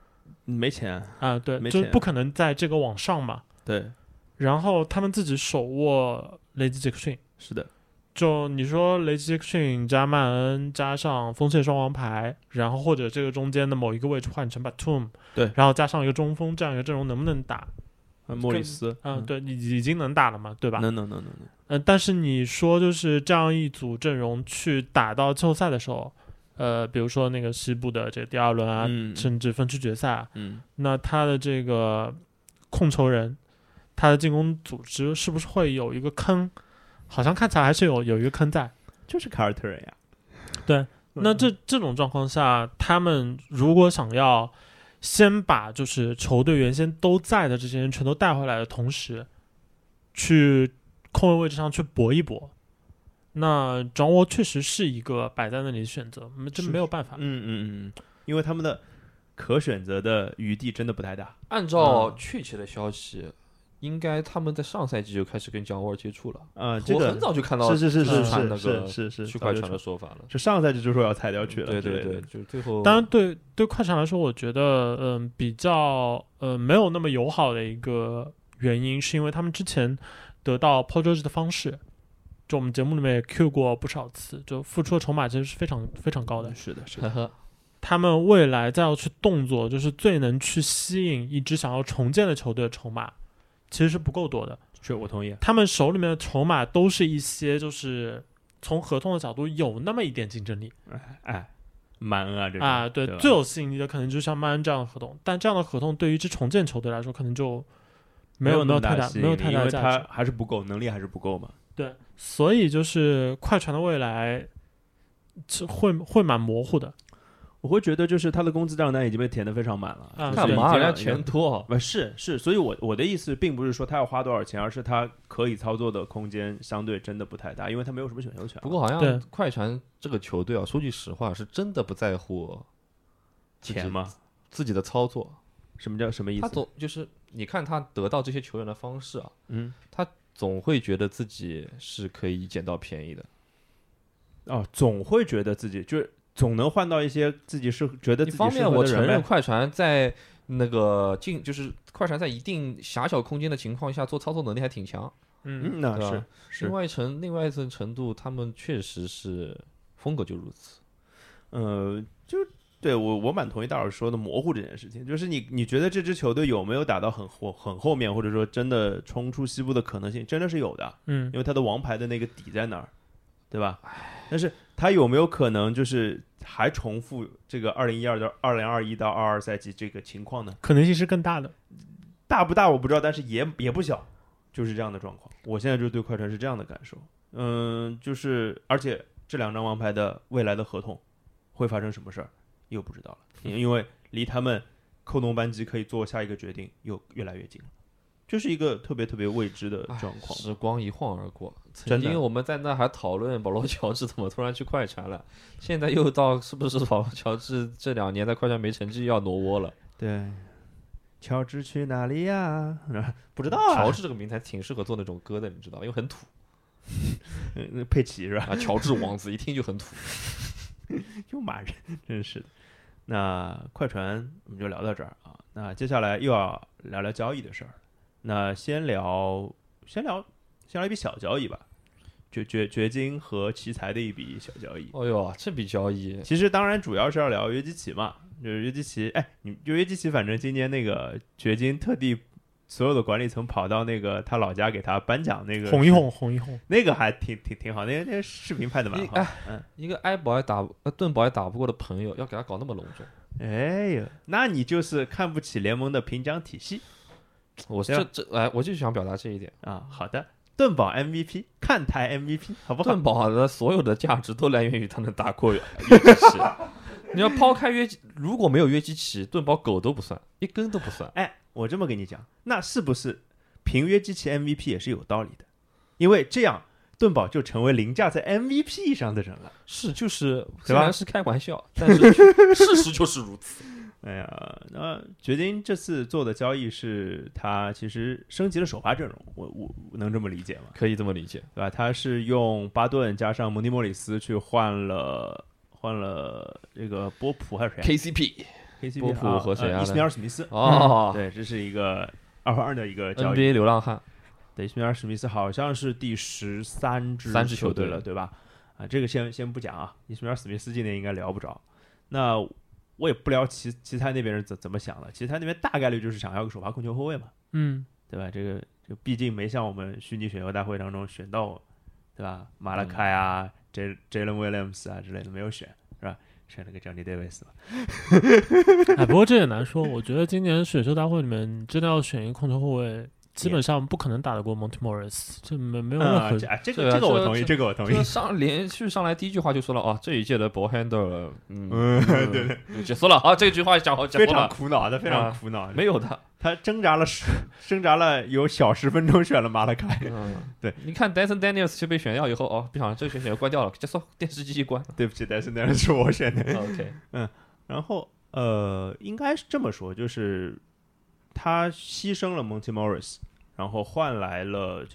Speaker 1: 没钱
Speaker 2: 啊，对，
Speaker 1: 没钱
Speaker 2: 就不可能在这个往上嘛。
Speaker 1: 对，
Speaker 2: 然后他们自己手握雷吉杰克逊，
Speaker 1: 是的，
Speaker 2: 就你说雷吉杰克逊加曼恩加上锋线双王牌，然后或者这个中间的某一个位置换成 Batum，
Speaker 1: 对，
Speaker 2: 然后加上一个中锋，这样一个阵容能不能打？
Speaker 1: 莫里斯，
Speaker 2: 对，已经能打了嘛，对吧？
Speaker 1: 能。
Speaker 2: 但是你说就是这样一组阵容去打到季后赛的时候，比如说那个西部的这个第2轮啊，甚至分区决赛啊，那他的这个控球人，他的进攻组织是不是会有一个坑？好像看起来还是有一个坑在，
Speaker 1: 就是凯尔特人呀。
Speaker 2: 对，那这种状况下，他们如果想要先把就是球队原先都在的这些人全都带回来的同时，去控卫位置上去搏一搏，那掌握确实是一个摆在那里的选择，这没有办法。
Speaker 1: 因为他们的可选择的余地真的不太大。
Speaker 3: 按照确切的消息，应该他们在上赛季就开始跟姜沃尔接触了。
Speaker 1: 这个
Speaker 3: 我很早就看到
Speaker 1: 是
Speaker 3: 传那个
Speaker 1: 区
Speaker 3: 块传的说法了。
Speaker 1: 就上赛季就说要裁掉去了。
Speaker 3: 对，就最后。
Speaker 2: 当然对快船来说，我觉得比较没有那么友好的一个原因，是因为他们之前得到 Paul George 的方式，就我们节目里面也 Q 过不少次，就付出的筹码其实是非常非常高的。
Speaker 1: 是的。
Speaker 2: 他们未来再要去动作，就是最能去吸引一支想要重建的球队的筹码，其实是不够多的。
Speaker 1: 是，我同意。
Speaker 2: 他们手里面的筹码都是一些就是从合同的角度有那么一点竞争力。
Speaker 1: 曼恩啊，这种
Speaker 2: 对，最有吸引力的可能就像曼恩这样的合同，但这样的合同对于一支重建球队来说，可能就没有太大
Speaker 1: 因为
Speaker 2: 价值，
Speaker 1: 他还是不够，能力还是不够嘛。
Speaker 2: 对，所以就是快船的未来会蛮模糊的。
Speaker 1: 我会觉得就是他的工资账单已经被填得非常满了。
Speaker 3: 干嘛？人家钱多。
Speaker 1: 是，所以我的意思并不是说他要花多少钱，而是他可以操作的空间相对真的不太大，因为他没有什么选秀权。
Speaker 3: 不过好像快船这个球队说句实话，是真的不在乎
Speaker 1: 钱吗？
Speaker 3: 自己的操作。
Speaker 1: 什么意思？
Speaker 3: 他就是你看他得到这些球员的方式啊，他总会觉得自己是可以捡到便宜的。
Speaker 1: 总会觉得自己就是总能换到一些自己是觉得自己适合的人。
Speaker 3: 一方面我承认快船在那个就是快船在一定狭小空间的情况下做操作能力还挺强。
Speaker 1: 那是。
Speaker 3: 另外一层程度，他们确实是风格就如此。
Speaker 1: 就对我蛮同意大老师说的模糊这件事情，就是你觉得这支球队有没有打到很后面，或者说真的冲出西部的可能性，真的是有的。因为他的王牌的那个底在那儿，对吧？但是他有没有可能就是还重复这个2021到2022到22赛季这个情况呢？
Speaker 2: 可能性是更大的，
Speaker 1: 大不大我不知道，但是也不小，就是这样的状况。我现在就对快船是这样的感受。就是而且这2张王牌的未来的合同会发生什么事儿又不知道了，因为离他们扣动扳机可以做下一个决定又越来越近了。就是一个特别特别未知的状况。
Speaker 3: 时光一晃而过，曾经我们在那还讨论保罗乔治怎么突然去快船了，现在又到是不是保罗乔治这2年在快船没成绩要挪窝了？
Speaker 1: 对，乔治去哪里呀？不知道
Speaker 3: 乔治这个名字还挺适合做那种歌的，你知道，因为很土。
Speaker 1: 佩奇是吧？
Speaker 3: 乔治王子一听就很土。
Speaker 1: 又骂人，真是的。那快船我们就聊到这儿啊。那接下来又要聊聊交易的事儿。那先聊一笔小交易吧，掘金和奇才的一笔小交易。
Speaker 3: 哎呦，这笔交易
Speaker 1: 其实当然主要是要聊约基奇嘛，就是约基奇。你就约基奇，反正今年那个掘金特地所有的管理层跑到那个他老家给他颁奖那个
Speaker 2: 哄一哄，
Speaker 1: 那个还挺好，那个视频拍的蛮好。
Speaker 3: 一个盾宝也打不过的朋友，要给他搞那么隆重，
Speaker 1: 哎呀，那你就是看不起联盟的评奖体系。
Speaker 3: 我就想表达这一点
Speaker 1: 啊。好的，盾宝 MVP， 看台 MVP， 好不好？
Speaker 3: 盾宝的所有的价值都来源于他能打过约基奇。你要抛开如果没有约基奇，盾宝狗都不算，一根都不算。
Speaker 1: 我这么跟你讲，那是不是评约基奇 MVP 也是有道理的？因为这样盾宝就成为凌驾在 MVP 上的人了。
Speaker 3: 就是虽然是开玩笑，但是事实就是如此。
Speaker 1: 哎呀，那掘金这次做的交易是他其实升级了首发阵容，我能这么理解吗？
Speaker 3: 可以这么理解，
Speaker 1: 对吧？他是用巴顿加上蒙蒂莫里斯去换了这个波普还是谁
Speaker 3: ？KCP
Speaker 1: KCP
Speaker 3: 波普和谁啊？
Speaker 1: 伊斯米尔史密斯。对，这是一个2-2的一个交易。
Speaker 3: NBA 流浪汉。
Speaker 1: 对，伊斯米尔史密斯好像是第13支球队了，对吧？这个先不讲啊。伊斯米尔史密斯今年应该聊不着。那我也不聊奇才那边人怎么想的。奇才那边大概率就是想要个首发控球后卫嘛，对吧？这个毕竟没像我们虚拟选秀大会当中选到，对吧？马拉开啊、Jalen Williams 啊之类的没有选，是吧？选了个 Johnny Davis 嘛。
Speaker 2: 不过这也难说。我觉得今年选秀大会里面真的要选一个控球后卫，基本上不可能打得过 Monte Morris， 这没有任何。
Speaker 1: 这个我同意，这个我同意。
Speaker 3: 连续上来第一句话就说了这一届的 ball handler，
Speaker 1: 对，
Speaker 3: 结束了啊！这句话讲好，
Speaker 1: 非常苦恼的，非常苦恼。
Speaker 3: 没有的，
Speaker 1: 他挣扎了有小10分钟，选了马拉开。对，
Speaker 3: 你看 Dyson Daniels 就被选掉以后，不想这个选秀关掉了，结束，电视机一关。
Speaker 1: 对不起 ，Dyson Daniels 是我选的。
Speaker 3: OK，
Speaker 1: 然后应该是这么说，就是他牺牲了 Monte Morris， 然后换来了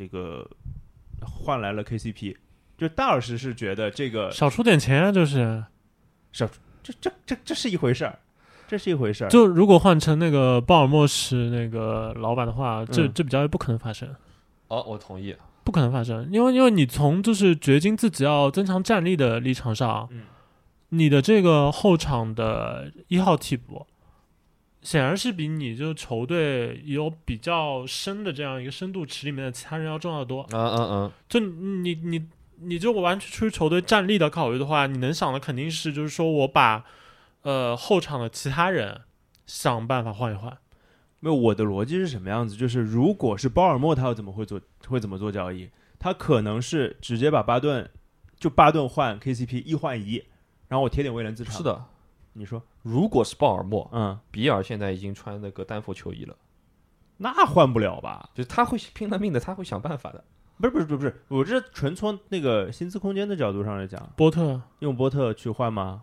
Speaker 1: KCP。就大老师是觉得这个
Speaker 2: 少出点钱啊，就是
Speaker 1: 这是一回事儿。这是一回事儿。
Speaker 2: 就如果换成那个鲍尔默是那个老板的话，这笔交易不可能发生。
Speaker 3: 我同意，
Speaker 2: 不可能发生，因为你从就是掘金自己要增强战力的立场上，你的这个后场的1号替补，显然是比你就球队有比较深的这样一个深度池里面的其他人要重要的多。就你就完全出于球队战力的考虑的话，你能想的肯定是就是说我把后场的其他人想办法换一换。
Speaker 1: 没有，我的逻辑是什么样子？就是如果是鲍尔默，他会怎么做交易？他可能是直接把巴顿换 KCP 1换1，然后我贴点威廉资产。
Speaker 3: 是的，
Speaker 1: 你说，
Speaker 3: 如果是鲍尔默，比尔现在已经穿那个丹佛球衣了，
Speaker 1: 那换不了吧？
Speaker 3: 就是他会拼了命的，他会想办法的。
Speaker 1: 不是，我这纯从那个薪资空间的角度上来讲，用波特去换吗？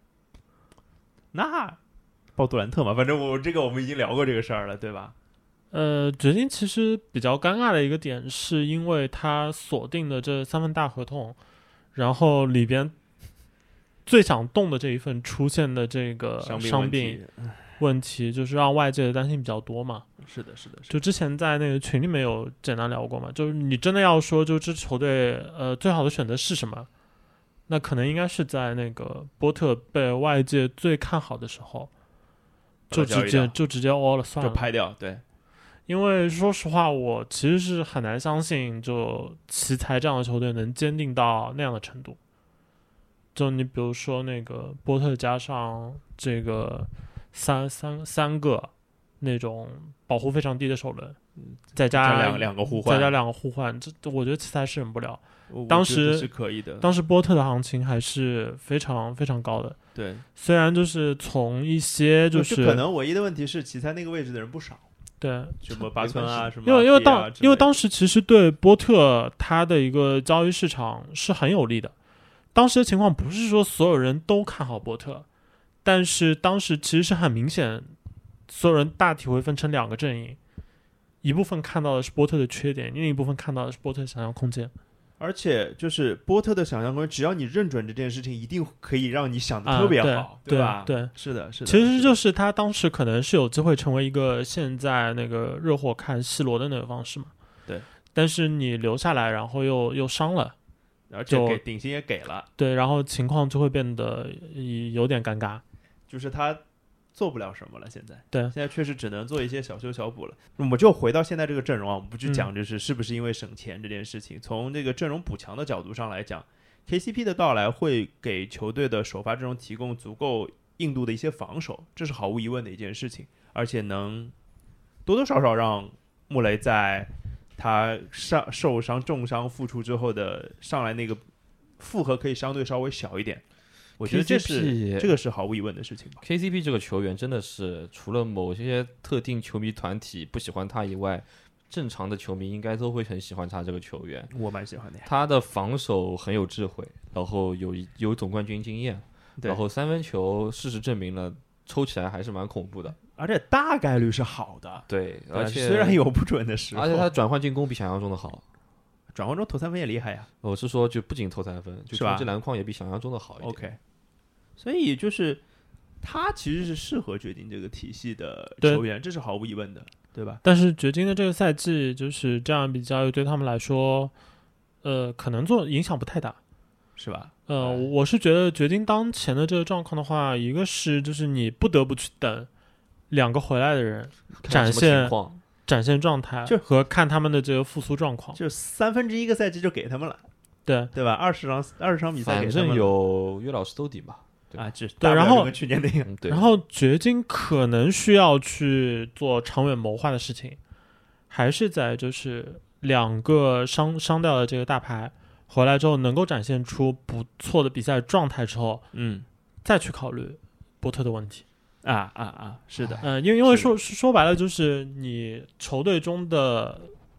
Speaker 1: 那鲍杜兰特嘛，反正我们已经聊过这个事儿了，对吧？
Speaker 2: 掘金其实比较尴尬的一个点，是因为他锁定的这3份大合同，然后里边最想动的这一份出现的这个伤病问题，就是让外界的担心比较多嘛。
Speaker 1: 是的。
Speaker 2: 就之前在那个群里面有简单聊过嘛，就是你真的要说，就这支球队最好的选择是什么？那可能应该是在那个波特被外界最看好的时候，就直接 all 了算了，
Speaker 1: 就拍掉。对，
Speaker 2: 因为说实话，我其实是很难相信，就奇才这样的球队能坚定到那样的程度。就你比如说那个波特加上这个三个那种保护非常低的首轮，再加
Speaker 1: 两个互换，
Speaker 2: 这我觉得奇才是忍不了。
Speaker 1: 当时是可以的，
Speaker 2: 当时波特的行情还是非常非常高的。
Speaker 1: 对，
Speaker 2: 虽然就是从一些就是
Speaker 1: 可能唯一的问题是奇才那个位置的人不少。
Speaker 2: 对，
Speaker 1: 什么巴村啊，什么
Speaker 2: 因为当时其实对波特他的一个交易市场是很有利的。当时的情况不是说所有人都看好波特，但是当时其实是很明显，所有人大体会分成2个阵营，一部分看到的是波特的缺点，另一部分看到的是波特的想象空间。
Speaker 1: 而且就是波特的想象空间，只要你认准这件事情，一定可以让你想的特别好，
Speaker 2: 对
Speaker 1: 吧？
Speaker 2: 对，
Speaker 1: 是的。
Speaker 2: 其实就是他当时可能是有机会成为一个现在那个热火看西罗的那个方式嘛。
Speaker 1: 对。
Speaker 2: 但是你留下来，然后又伤了，
Speaker 1: 而且顶薪也给了。
Speaker 2: 对，然后情况就会变得有点尴尬。
Speaker 1: 就是他做不了什么了，现在确实只能做一些小修小补了。我们就回到现在这个阵容啊，我们不去讲就是是不是因为省钱这件事情，从这个阵容补强的角度上来讲， KCP 的到来会给球队的首发阵容提供足够硬度的一些防守，这是毫无疑问的一件事情，而且能多多少少让穆雷在他受伤重伤复出之后的上来那个负荷可以相对稍微小一点。我觉得这个是毫无疑问的事情吧。
Speaker 3: KCP 这个球员真的是除了某些特定球迷团体不喜欢他以外，正常的球迷应该都会很喜欢他这个球员。
Speaker 1: 我蛮喜欢的呀。
Speaker 3: 他的防守很有智慧，然后有总冠军经验，然后三分球事实证明了抽起来还是蛮恐怖的，
Speaker 1: 而且大概率是好的。
Speaker 3: 对，而且
Speaker 1: 虽然有不准的时候，
Speaker 3: 而且他转换进攻比想象中的好。
Speaker 1: 转换中投三分也厉害呀！
Speaker 3: 我是说，就不仅投三分，就冲击篮筐也比想象中的好一点。
Speaker 1: OK， 所以就是他其实是适合掘金这个体系的球员，这是毫无疑问的，对吧？
Speaker 2: 但是掘金的这个赛季就是这样比较，对他们来说，可能影响不太大，
Speaker 1: 是吧？
Speaker 2: 我是觉得掘金当前的这个状况的话，一个是就是你不得不去等2个回来的人展现状态，和看他们的这个复苏状况，
Speaker 1: 就1/3个赛季就给他们了，对吧？20场比赛给他们了，
Speaker 3: 反正有约老师兜底嘛。
Speaker 2: 对，然后
Speaker 1: 去年那个，
Speaker 2: 然后掘金可能需要去做长远谋划的事情，还是在就是2个伤掉的这个大牌回来之后，能够展现出不错的比赛状态之后，再去考虑波特的问题。
Speaker 1: 是的，
Speaker 2: 因为说白了就是你球队中的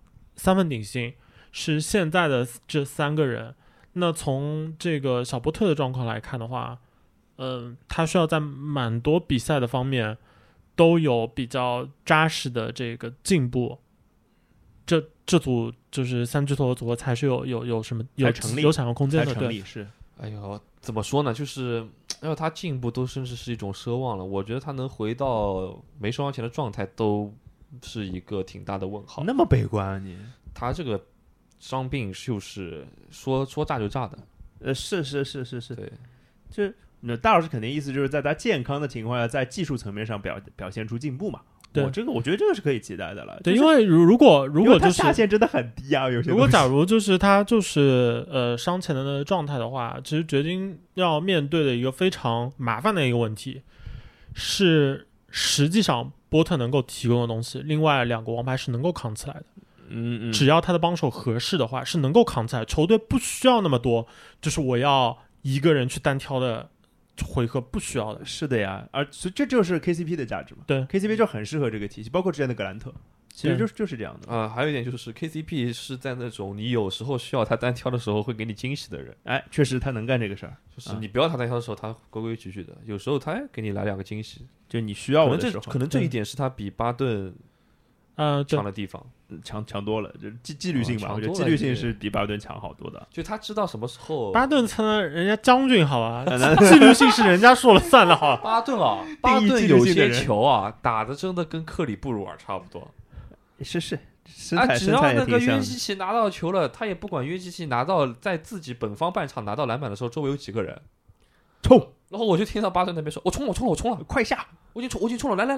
Speaker 2: 3分顶薪是现在的这3个人，那从这个小波特的状况来看的话。他需要在蛮多比赛的方面都有比较扎实的这个进步，这组就是3巨头的组合才是有什么有想象空间的，对，
Speaker 1: 是。
Speaker 3: 哎呦，怎么说呢？就是要他进步都甚至是一种奢望了。我觉得他能回到没受伤前的状态，都是一个挺大的问号。
Speaker 1: 那么悲观啊你？
Speaker 3: 他这个伤病就是说炸就炸的。
Speaker 1: 是，
Speaker 3: 对，
Speaker 1: 就。那大老师肯定意思就是在他健康的情况下，在技术层面上表现出进步嘛？
Speaker 2: 对，
Speaker 1: 我觉得这个是可以期待的了。
Speaker 2: 对，因为如果就是
Speaker 1: 他下限真的很低啊，有些
Speaker 2: 如果假如就是他就是伤前的那个状态的话，其实掘金要面对的一个非常麻烦的一个问题是，实际上波特能够提供的东西，另外2个王牌是能够扛起来的。只要他的帮手合适的话，是能够扛起来。球队不需要那么多，就是我要一个人去单挑的。回合不需要的，
Speaker 1: 是的呀，这就是 KCP 的价值嘛。
Speaker 2: 对
Speaker 1: ，KCP 就很适合这个体系，包括之前的格兰特，其实就是这样的。
Speaker 3: 还有一点就是 KCP 是在那种你有时候需要他单挑的时候会给你惊喜的人。
Speaker 1: 确实他能干这个事儿，
Speaker 3: 就是你不要他单挑的时候，他规规矩矩的，有时候他给你来2个惊喜，
Speaker 1: 就你需要我的时候。
Speaker 3: 可能这一点是他比巴顿强的地方，
Speaker 1: 强多了，就纪律性吧。我觉得纪律性是比巴顿强好多的。
Speaker 3: 就他知道什么时候。
Speaker 2: 巴顿成了人家将军，好吧？纪律性是人家说了算的，好吧？
Speaker 3: 巴顿有些球啊，打的真的跟克里布鲁尔差不多。
Speaker 1: 是，只
Speaker 3: 要那个约基奇拿到球了，他也不管约基奇拿到在自己本方半场拿到篮板的时候，周围有几个人
Speaker 1: 冲。
Speaker 3: 然后我就听到巴顿那边说：“我冲了，
Speaker 1: 快下！
Speaker 3: 我已经冲了，来，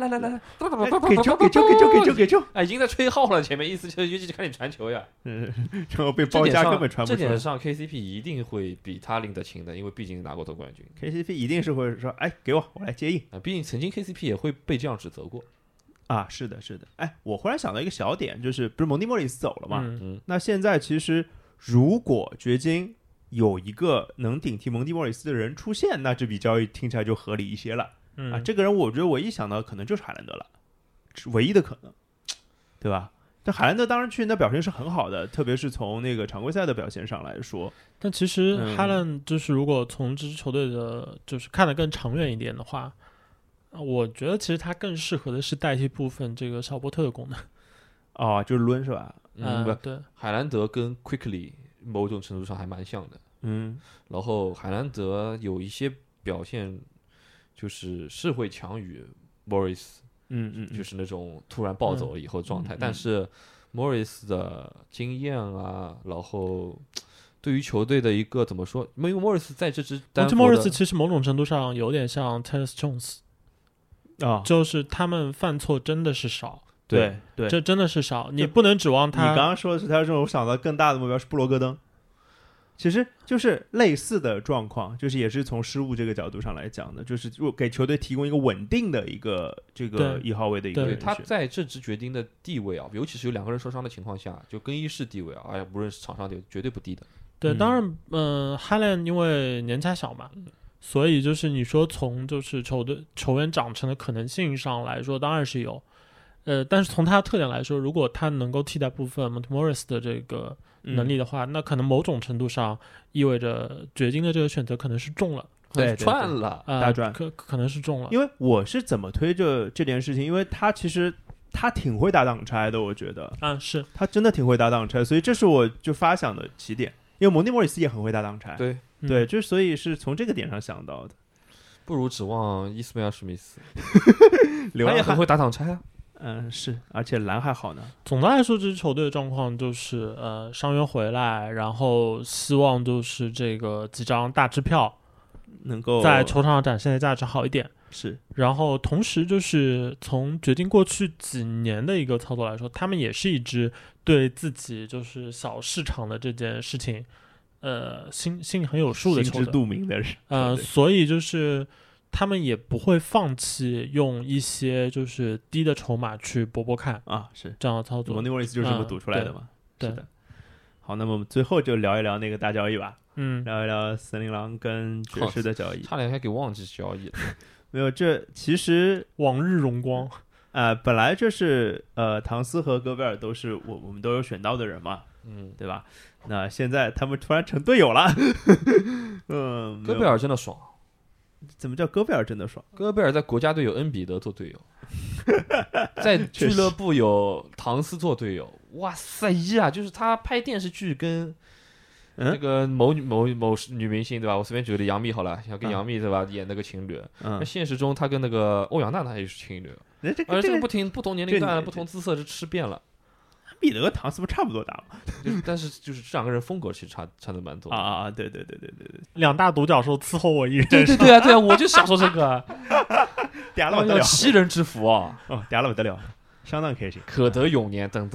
Speaker 1: 给球！
Speaker 3: 已经在吹号了，前面意思就是约基奇赶紧传球呀。
Speaker 1: 然后被包夹根本传不出来。
Speaker 3: 这点上 KCP 一定会比他拎得清的，因为毕竟拿过总冠军。
Speaker 1: KCP 一定是会说：“给我来接应。”
Speaker 3: 毕竟曾经 KCP 也会被这样指责过。
Speaker 1: 是的。我忽然想到一个小点，就是不是蒙蒂莫里斯走了嘛？那现在其实如果掘金有一个能顶替蒙蒂莫里斯的人出现，那这笔交易听起来就合理一些了。这个人我觉得我一想到可能就是海兰德了，唯一的可能，对吧？但海兰德当然去年的表现是很好的，特别是从那个常规赛的表现上来说。
Speaker 2: 但其实哈兰就是如果从这支球队的就是看得更长远一点的话，我觉得其实他更适合的是代替部分这个小波特的功能。
Speaker 1: 就是抡是吧？
Speaker 2: 对，
Speaker 3: 海兰德跟 Quickly 某种程度上还蛮像的。然后海兰德有一些表现是会强于 Morris，就是那种突然暴走了以后状态。但是 Morris 的经验啊，然后对于球队的一个怎么说？因为 Morris 在这支丹佛的
Speaker 2: Morris 其实某种程度上有点像 Tyus Jones。就是他们犯错真的是少，
Speaker 1: 对，
Speaker 2: 这真的是少，你不能指望他。
Speaker 1: 你刚刚说的是他这种，我想到更大的目标是布罗格登，其实就是类似的状况，就是也是从失误这个角度上来讲的，就是给球队提供一个稳定的一个这个1号位的一个人选。
Speaker 3: 他在这支掘金的地位啊，尤其是有2个人受伤的情况下，就更衣室地位啊，无论是场上绝对不低的。
Speaker 2: 对，当然，哈兰因为年纪小嘛。所以就是你说从就是球员长成的可能性上来说，当然是有，但是从他的特点来说，如果他能够替代部分 Montemoris 的这个能力的话，那可能某种程度上意味着掘金的这个选择可能是中了，
Speaker 1: 对，
Speaker 3: 赚了，
Speaker 1: 大赚，
Speaker 2: 可能是中了。
Speaker 1: 因为我是怎么推这件事情，因为他其实他挺会打挡拆的，我觉得
Speaker 2: 是
Speaker 1: 他真的挺会打挡拆，所以这是我就发想的起点。因为蒙蒂莫里斯也很会打挡拆，
Speaker 3: 对，
Speaker 1: 就所以是从这个点上想到的。
Speaker 3: 不如指望伊斯梅尔史密斯，他也很会打挡拆啊。
Speaker 1: 是，而且蓝还好呢。
Speaker 2: 总的来说，这支球队的状况就是伤员回来，然后希望就是这个几张大支票
Speaker 1: 能够
Speaker 2: 在球场上展现的价值好一点。
Speaker 1: 是，
Speaker 2: 然后同时就是从决定过去几年的一个操作来说，他们也是一支对自己就是小市场的这件事情，心里很有数的球队，
Speaker 1: 心知肚明的人。
Speaker 2: 所以就是他们也不会放弃用一些就是低的筹码去搏搏看
Speaker 1: 啊，是
Speaker 2: 这样的操作。
Speaker 1: 蒙蒂莫里斯就是这么赌出来的嘛？
Speaker 2: 对，
Speaker 1: 是的。好，那么我们最后就聊一聊那个大交易吧。聊一聊森林狼跟爵士的交易。
Speaker 3: 差点还给忘记交易了。
Speaker 1: 没有，这其实
Speaker 2: 往日荣光。
Speaker 1: 本来就是唐斯和戈贝尔都是我们都有选到的人嘛，对吧？那现在他们突然成队友了，
Speaker 3: 戈贝尔真的爽。
Speaker 1: 怎么叫戈贝尔真的爽？
Speaker 3: 戈贝尔在国家队有恩比德做队友，在俱乐部有唐斯做队友，哇塞呀！就是他拍电视剧跟这个某女明星对吧？我随便举个例，杨幂好了，想跟杨幂对吧演那个情侣。那现实中他跟那个欧阳娜娜也是情侣，而这个不同年龄段、不同姿色是吃遍了。
Speaker 1: 彼得和唐斯不差不多大吗？
Speaker 3: 但是就是这两个人风格其实差的蛮多
Speaker 1: 啊！对，
Speaker 2: 两大独角兽伺候我一人。
Speaker 3: 对啊，我就想说这个，
Speaker 1: 嗲了不得了，
Speaker 3: 袭人之福啊！
Speaker 1: 嗲了不得了，相当开心，
Speaker 3: 可得永年，噔。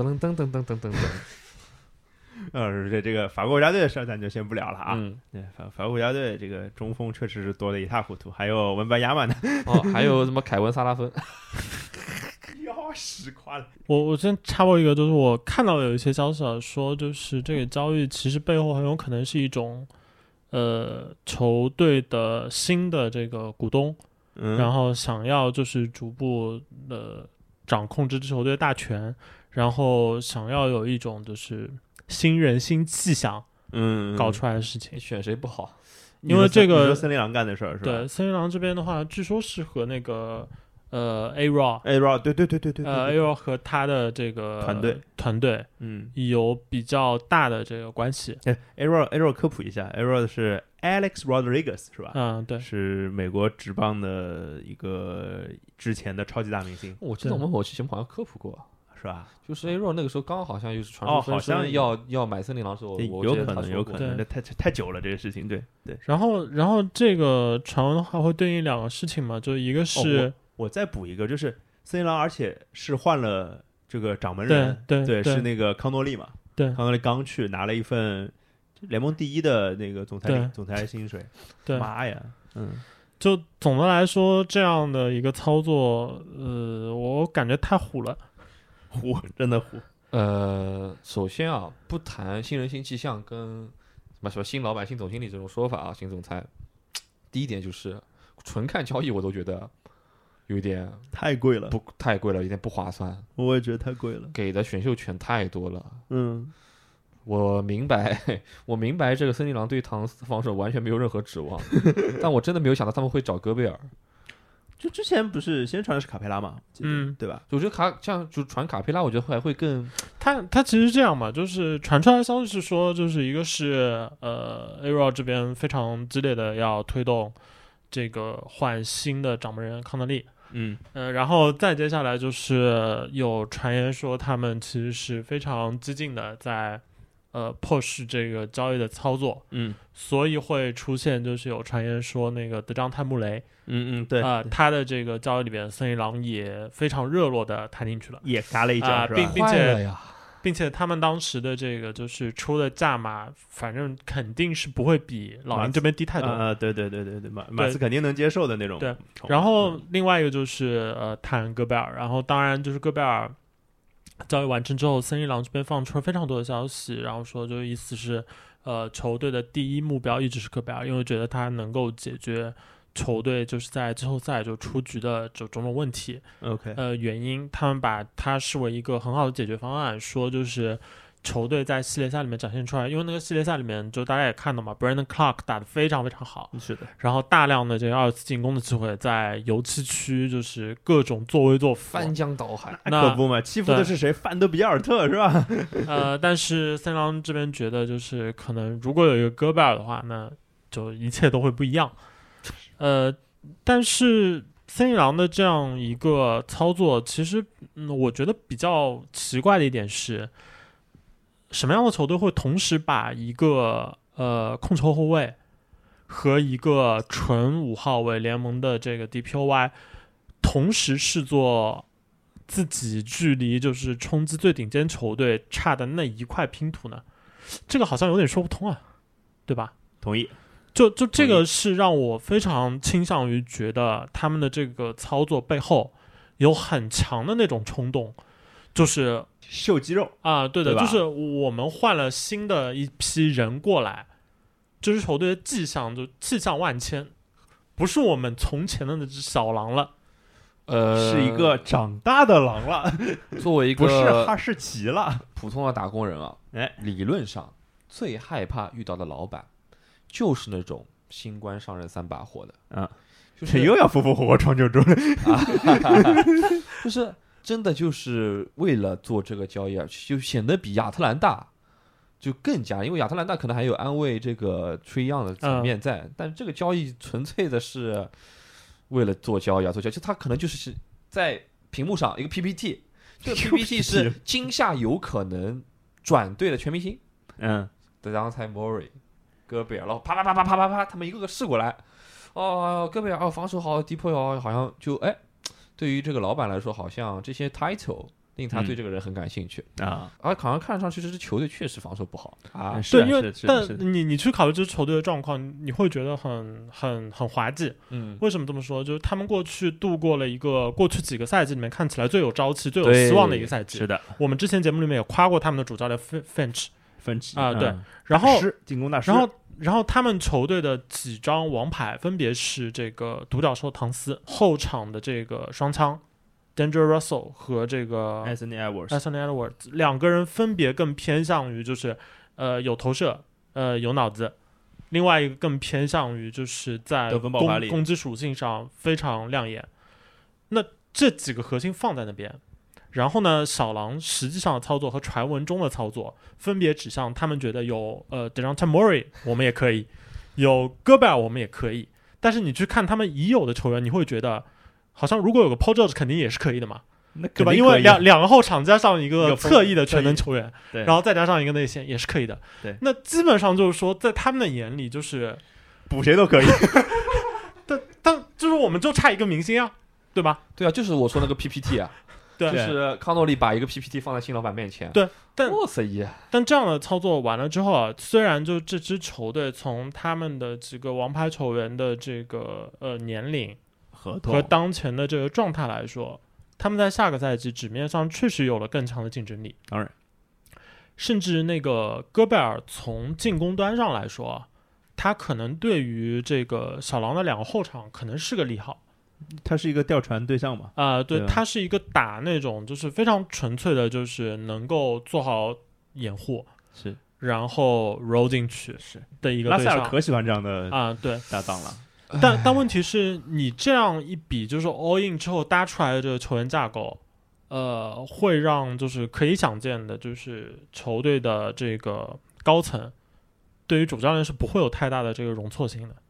Speaker 1: 这个法国国家队的事儿咱就先不聊了啊。法国国家队这个中锋确实是多得一塌糊涂，还有文班亚马呢，
Speaker 3: 还有什么凯文萨拉芬。
Speaker 1: 要死夸了！
Speaker 2: 我先插播一个，就是我看到有一些消息说，就是这个交易其实背后很有可能是一种球队的新的这个股东，然后想要就是逐步掌控这支球队的大权，然后想要有一种就是新人新气象搞出来的事情。
Speaker 3: 选谁不好？
Speaker 2: 因为这个
Speaker 1: 森林狼干的事儿是吧？
Speaker 2: 对，森林狼这边的话，据说是和那个A-Raw
Speaker 1: 对
Speaker 2: A-Raw 和他的这个团队有比较大的这个关系。
Speaker 1: A-Raw 科普一下 ，A-Raw 是 Alex Rodriguez 是吧？
Speaker 2: 对，
Speaker 1: 是美国职棒的一个之前的超级大明星。
Speaker 3: 我记得我们某期节目好像科普过，
Speaker 1: 是吧？
Speaker 3: 就是 A-Raw 那个时候刚好像又是传出风声要买森林狼的时候，
Speaker 1: 有可能，这太久了这个事情，对。
Speaker 2: 然后这个传闻的话会对应两个事情嘛，就一个是。
Speaker 1: 我再补一个，就是森林狼，而且是换了这个掌门人，对，是那个康诺利嘛，
Speaker 2: 对，
Speaker 1: 康诺利刚去拿了一份联盟第1的那个总裁薪水，
Speaker 2: 对，
Speaker 1: 妈呀，
Speaker 2: 就总的来说这样的一个操作，我感觉太虎了，
Speaker 1: 真的虎。
Speaker 3: 首先啊，不谈新人新气象跟什么新老板新总经理这种说法啊，新总裁，第一点就是纯看交易我都觉得有点
Speaker 1: 太贵了，
Speaker 3: 太贵了，有点不划算。
Speaker 1: 我也觉得太贵了，
Speaker 3: 给的选秀权太多了。我明白这个森林狼对唐斯防守完全没有任何指望，但我真的没有想到他们会找戈贝尔。
Speaker 1: 就之前不是先传的是卡佩拉嘛，对吧？
Speaker 3: 我觉得就传卡佩拉，我觉得还会更。
Speaker 2: 他其实这样嘛，就是传出来的消息是说，就是一个是A-Raw 这边非常激烈的要推动这个换新的掌门人康德利。然后再接下来就是有传言说他们其实是非常激进的在push 这个交易的操作，所以会出现就是有传言说那个德章泰穆雷，
Speaker 1: 对，
Speaker 2: 他的这个交易里边森林狼也非常热络的谈进去了，
Speaker 1: 也嘎了一脚，是吧？
Speaker 2: 并且他们当时的这个就是出的价码，反正肯定是不会比老鹰这边低太多。
Speaker 1: 对，马刺肯定能接受的那种。
Speaker 2: 对，然后另外一个就是谈戈贝尔，然后当然就是戈贝尔交易完成之后，森林狼这边放出了非常多的消息，然后说就意思是球队的第一目标一直是戈贝尔，因为觉得他能够解决球队就是在季后赛就出局的这种种问题。原因他们把它视为一个很好的解决方案，说就是球队在系列赛里面展现出来，因为那个系列赛里面就大家也看到嘛 Brandon Clark 打得非常非常好，
Speaker 1: 是的，
Speaker 2: 然后大量的这个2次进攻的机会在油漆区，就是各种作威作福，
Speaker 3: 翻江倒海。
Speaker 1: 那可不嘛，欺负的是谁？范德比尔特是吧？
Speaker 2: 但是森林狼这边觉得就是可能如果有一个戈贝尔的话，那就一切都会不一样。 但是森一郎的这样一个操作，其实我觉得比较奇怪的一点是，什么样的球队会同时把一个控球后卫和一个纯5号位联盟的这个 DPOY 同时视作自己距离就是冲击最顶尖球队差的那一块拼图呢？这个好像有点说不通啊，对吧？
Speaker 1: 同意。
Speaker 2: 就这个是让我非常倾向于觉得他们的这个操作背后有很强的那种冲动，就是
Speaker 1: 秀肌肉
Speaker 2: 啊，对的，就是我们换了新的一批人过来，这支球队的迹象就气象万千，不是我们从前的那只小狼了，
Speaker 1: 是一个长大的狼了。
Speaker 3: 作为一个
Speaker 1: 不是哈士奇了，
Speaker 3: 普通的打工人啊，理论上最害怕遇到的老板就是那种新官上任3把火的啊，
Speaker 1: 就是又要复活闯九州了
Speaker 3: 就是真的就是为了做这个交易，就显得比亚特兰大就更加，因为亚特兰大可能还有安慰这个Trae Young的层面在，但这个交易纯粹的是为了做交易，就他可能就是在屏幕上一个 PPT， 这个 PPT 是今夏有可能转队的全明星，DeJounte Murray、戈贝尔，然后啪啪啪啪啪啪啪，他们一个个试过来，戈贝尔防守好，迪波好像就对于这个老板来说，好像这些 title 令他对这个人很感兴趣好像看上去这支球队确实防守不好
Speaker 2: 对，因为但你去考虑这支球队的状况，你会觉得很滑稽。为什么这么说？就是他们过去度过了一个过去几个赛季里面看起来最有朝气、最有希望的一个赛季。
Speaker 1: 是的，
Speaker 2: 我们之前节目里面也夸过他们的主教练 Finch 对，然后
Speaker 1: 进攻大师，
Speaker 2: 然后他们球队的几张王牌分别是这个独角兽唐斯，后场的这个双枪 D'Angelo Russell 和这个
Speaker 1: Anthony
Speaker 2: Edwards 两个人分别更偏向于就是有投射有脑子，另外一个更偏向于就是在攻击属性上非常亮眼。那这几个核心放在那边，然后呢，小狼实际上的操作和传闻中的操作分别指向他们觉得有DeJounte Murray 我们也可以，有戈贝尔我们也可以，但是你去看他们已有的球员，你会觉得好像如果有个 Paul George 肯定也是可以的嘛，对吧？因为两个后场加上一个侧翼的全能球员，然后再加上一个内线也是可以的。
Speaker 1: 对，
Speaker 2: 那基本上就是说，在他们的眼里，就是
Speaker 1: 补谁都可以。
Speaker 2: 但就是我们就差一个明星啊，对吧？
Speaker 3: 对啊，就是我说那个 PPT 啊。
Speaker 2: 对，
Speaker 3: 就是康诺利把一个 PPT 放在新老板面前。
Speaker 2: 对，但这样的操作完了之后啊，虽然就这支球队从他们的几个王牌球员的这个年龄和当前的这个状态来说，他们在下个赛季纸面上确实有了更强的竞争力。
Speaker 1: 当然，
Speaker 2: 甚至那个戈贝尔从进攻端上来说，他可能对于这个小狼的两个后场可能是个利好。
Speaker 1: 他是一个吊传对象嘛？
Speaker 2: 对，他是一个打那种就是非常纯粹的，就是能够做好掩护，
Speaker 1: 是，
Speaker 2: 然后 roll 进去的一个对象。
Speaker 1: 拉塞尔可喜欢这样的
Speaker 2: 对
Speaker 1: 搭档了。
Speaker 2: 但问题是你这样一比，就是 all in 之后搭出来的这个球员架构，会让就是可以想见的，就是球队的这个高层对于主教练是不会有太大的这个容错性的。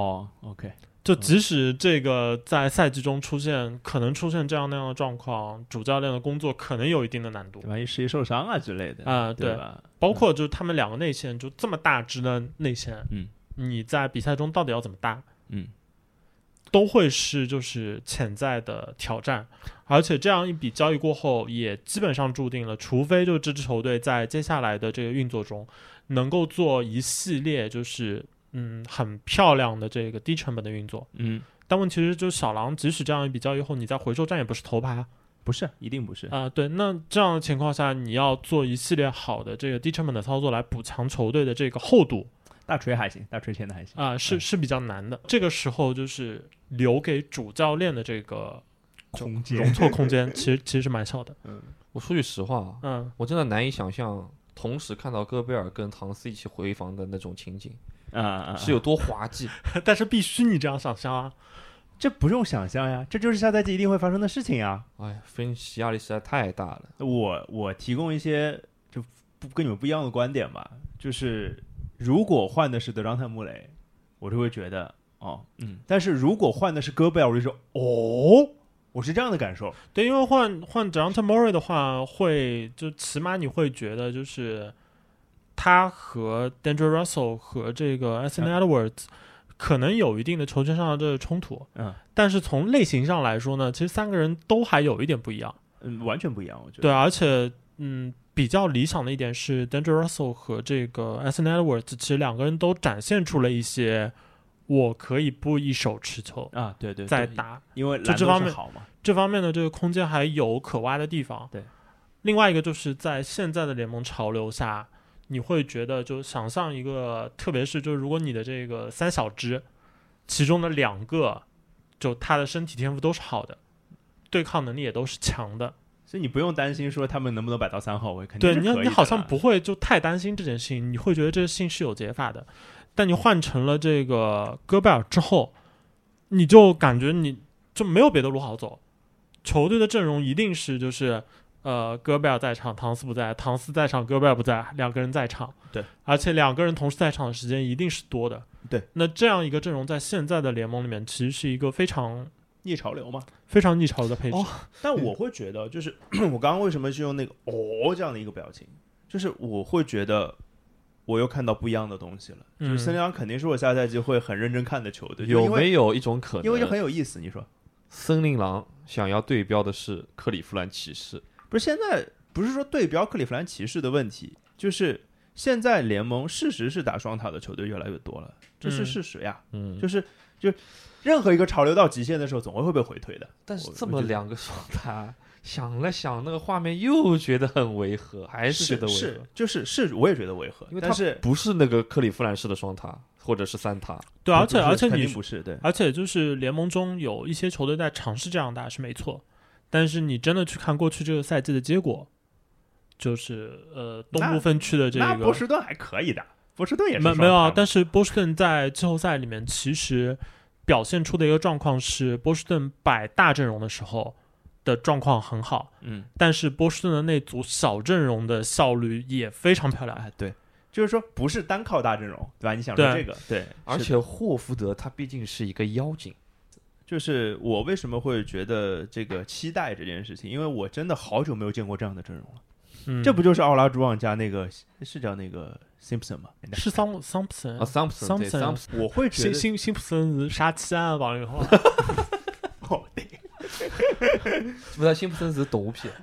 Speaker 1: OK。
Speaker 2: 就即使这个在赛季中可能出现这样那样的状况，主教练的工作可能有一定的难度，
Speaker 1: 万一谁受伤啊之类的
Speaker 2: 对
Speaker 1: 吧？
Speaker 2: 包括就是他们两个内线就这么大只的内线，你在比赛中到底要怎么搭，都会是就是潜在的挑战。而且这样一笔交易过后，也基本上注定了，除非就这支球队在接下来的这个运作中能够做一系列就是很漂亮的这个低成本的运作。但问题是，就是小狼即使这样一笔交易后，你在回收站也不是头牌，
Speaker 1: 不是，一定不是
Speaker 2: 对。那这样的情况下，你要做一系列好的这个低成本的操作来补强球队的这个厚度，
Speaker 1: 大锤还行，大锤签的还行
Speaker 2: 是比较难的。这个时候就是留给主教练的这个
Speaker 1: 空间
Speaker 2: 容错空间，其实是蛮小的。
Speaker 3: 我说句实话，我真的难以想象同时看到戈贝尔跟唐斯一起回防的那种情景。是有多滑稽。
Speaker 2: 但是必须你这样想象啊，
Speaker 1: 这不用想象呀，这就是下赛季一定会发生的事情呀。
Speaker 3: 分析压力实在太大了。
Speaker 1: 我提供一些就跟你们不一样的观点吧，就是如果换的是德章特穆雷，我就会觉得但是如果换的是戈贝尔，我就说我是这样的感受。
Speaker 2: 对，因为换 Dejounte Murray 的话，就起码你会觉得就是他和 D'Angelo Russell 和这个 Anthony Edwards 可能有一定的球权上的冲突，但是从类型上来说呢，其实三个人都还有一点不一样，
Speaker 1: 完全不一样，我觉得。
Speaker 2: 对，而且比较理想的一点是 D'Angelo Russell 和这个 Anthony Edwards 其实两个人都展现出了一些我可以不一手持球
Speaker 1: 啊，对，
Speaker 2: 再打，
Speaker 1: 因为
Speaker 2: 这方面
Speaker 1: 好嘛，
Speaker 2: 这方面的这个空间还有可挖的地方。
Speaker 1: 对，
Speaker 2: 另外一个就是在现在的联盟潮流下，你会觉得就想象一个，特别是就如果你的这个三小只，其中的2个就他的身体天赋都是好的，对抗能力也都是强的，
Speaker 1: 所以你不用担心说他们能不能摆到3号位，肯定是可以的。
Speaker 2: 对，你好像不会就太担心这件事情，你会觉得这个事情是有解法的。但你换成了这个戈贝尔之后，你就感觉你就没有别的路好走，球队的阵容一定是就是戈贝尔在场，唐斯不在，唐斯在场，戈贝尔不在，两个人在场，
Speaker 1: 对，
Speaker 2: 而且两个人同时在场的时间一定是多的，
Speaker 1: 对。
Speaker 2: 那这样一个阵容在现在的联盟里面，其实是一个非常
Speaker 1: 逆潮流嘛，
Speaker 2: 非常逆潮流的配置。
Speaker 1: 但我会觉得，就是我刚刚为什么是用那个这样的一个表情，就是我会觉得我又看到不一样的东西了。就是森林狼肯定是我下赛季会很认真看的球队。
Speaker 3: 有没有一种可能？
Speaker 1: 因为就很有意思，你说
Speaker 3: 森林狼想要对标的是克利夫兰骑士？
Speaker 1: 不是，现在不是说对标克利夫兰骑士的问题，就是现在联盟事实是打双塔的球队越来越多了，这是事实呀。就任何一个潮流到极限的时候，总会被回推的。
Speaker 3: 但是这么2个双塔，想了想，那个画面又觉得很违和，还是觉得违和。是，我也觉得违和， 因为它不是那个克利夫兰式的双塔，或者是3塔。
Speaker 2: 对，而且
Speaker 1: 肯定不是，对，
Speaker 2: 而且就是联盟中有一些球队在尝试这样打是没错，但是你真的去看过去这个赛季的结果，就是东部分区的这个，
Speaker 1: 那波士顿还可以的，波士顿也是双塔
Speaker 2: 没有啊，但是波士顿在季后赛里面其实表现出的一个状况是，波士顿摆大阵容的时候的状况很好，但是波士顿的那组小阵容的效率也非常漂亮。
Speaker 1: 对，就是说不是单靠大阵容，对吧？你想说这个，对，
Speaker 3: 而且霍福德他毕竟是一个妖精。
Speaker 1: 就是我为什么会觉得这个期待这件事情，因为我真的好久没有见过这样的阵容了。这不就是奥拉朱旺加那个是叫那个 Simpson 吗？
Speaker 2: 是桑普森
Speaker 3: 啊，桑普森。
Speaker 1: 我会觉得
Speaker 2: 辛普森是杀妻案往以后。
Speaker 1: 哦，对，
Speaker 3: 不是辛普森是动物片。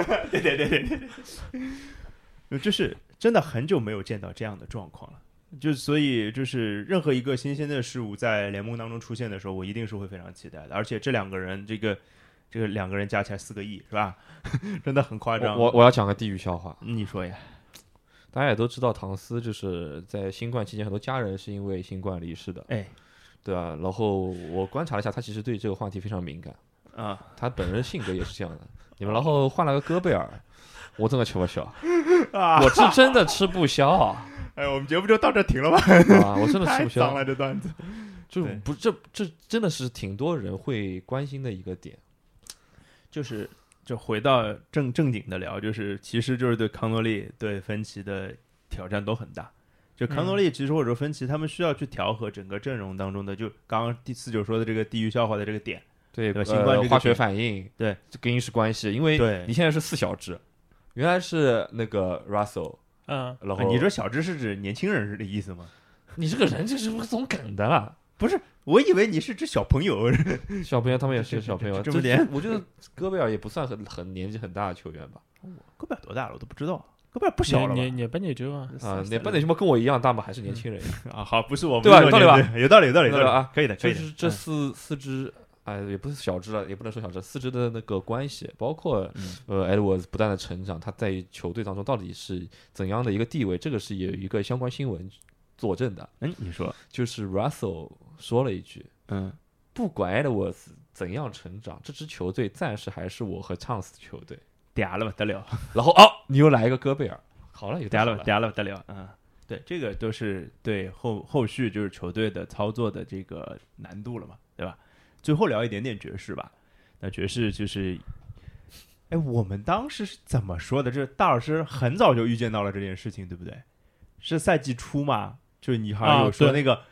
Speaker 1: 对，就是真的很久没有见到这样的状况了。所以就是任何一个新鲜的事物在联盟当中出现的时候，我一定是会非常期待的。而且这2个人，这个2个人加起来4个亿，是吧？真的很夸张。
Speaker 3: 我要讲个地狱笑话，
Speaker 1: 你说呀。
Speaker 3: 大家也都知道，唐斯就是在新冠期间，很多家人是因为新冠离世的，对吧？然后我观察了一下，他其实对这个话题非常敏感
Speaker 1: 啊，
Speaker 3: 他本人性格也是这样的。你们然后换了个戈贝尔，我真的吃不消
Speaker 1: 啊！
Speaker 3: 我是真的吃不消啊！
Speaker 1: 我们节目就到这停了吧？
Speaker 3: 啊，我真的吃不消。
Speaker 1: 太脏了这段子，
Speaker 3: 就不这真的是挺多人会关心的一个点，
Speaker 1: 就回到正经的聊，其实就是对康诺利对芬奇的挑战都很大。就康诺利其实或者说芬奇，他们需要去调和整个阵容当中的，就刚刚49说的这个地域笑话的这个点，
Speaker 3: 对
Speaker 1: 新冠这个
Speaker 3: 化学反应，
Speaker 1: 对，
Speaker 3: 这跟因式关系，因为你现在是4小只，原来是那个 Russell。然后
Speaker 1: 你说小只是指年轻人是这意思吗？
Speaker 3: 你这个人就是不总梗的了。
Speaker 1: 不是，我以为你是指小朋友。
Speaker 3: 小朋友他们也是小朋友，
Speaker 1: 这么点。
Speaker 3: 我觉得戈贝尔也不算很年纪很大的球员吧。
Speaker 1: 戈贝尔多大了我都不知道。戈贝尔不小了吧？
Speaker 2: 你本也就啊，
Speaker 3: 你本什么跟我一样大吗？还是年轻人
Speaker 1: 啊？好，不是我们
Speaker 3: 对吧？有道理吧？
Speaker 1: 有道理啊，可以的。
Speaker 3: 就是这四只。也不是小只了，也不能说小只，4只的那个关系，包括Edwards 不断的成长，他在球队当中到底是怎样的一个地位，这个是有一个相关新闻佐证的。
Speaker 1: 你说，
Speaker 3: 就是 Russell 说了一句，不管 Edwards 怎样成长，这支球队暂时还是我和 Chance 的球队，
Speaker 1: 嗲了吧得了。
Speaker 3: 然后你又来一个戈贝尔，好了，
Speaker 1: 嗲了吧得了。对，这个都是对后续就是球队的操作的这个难度了嘛，对吧？最后聊一点点爵士吧。那爵士就是，我们当时是怎么说的？这大老师很早就预见到了这件事情，对不对？是赛季初嘛？就是你好像有说那个，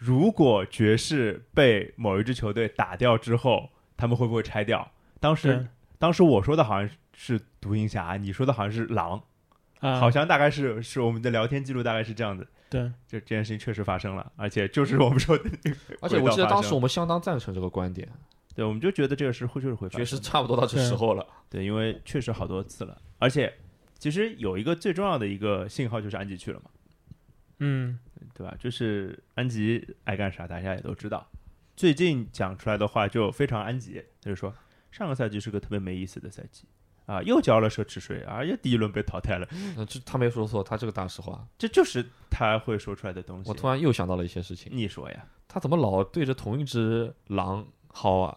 Speaker 1: 如果爵士被某一支球队打掉之后，他们会不会拆掉？当时我说的好像是独行侠，你说的好像是狼，好像大概是我们的聊天记录大概是这样子。
Speaker 2: 对，
Speaker 1: 这件事情确实发生了，而且就是我们说的那个，
Speaker 3: 而且我记得当时我们相当赞成这个观点。
Speaker 1: 对，我们就觉得这个事就是会发生，
Speaker 3: 爵士差不多到这时候了。
Speaker 1: 对，因为确实好多次了，而且其实有一个最重要的一个信号就是安吉去了嘛，对吧？就是安吉爱干啥，大家也都知道。最近讲出来的话就非常安吉，就是说上个赛季是个特别没意思的赛季啊，又交了奢侈税，而且第一轮被淘汰了。
Speaker 3: 他没说错，他这个大实话，
Speaker 1: 这就是他会说出来的东西。
Speaker 3: 我突然又想到了一些事情，
Speaker 1: 你说呀？
Speaker 3: 他怎么老对着同一只狼薅啊？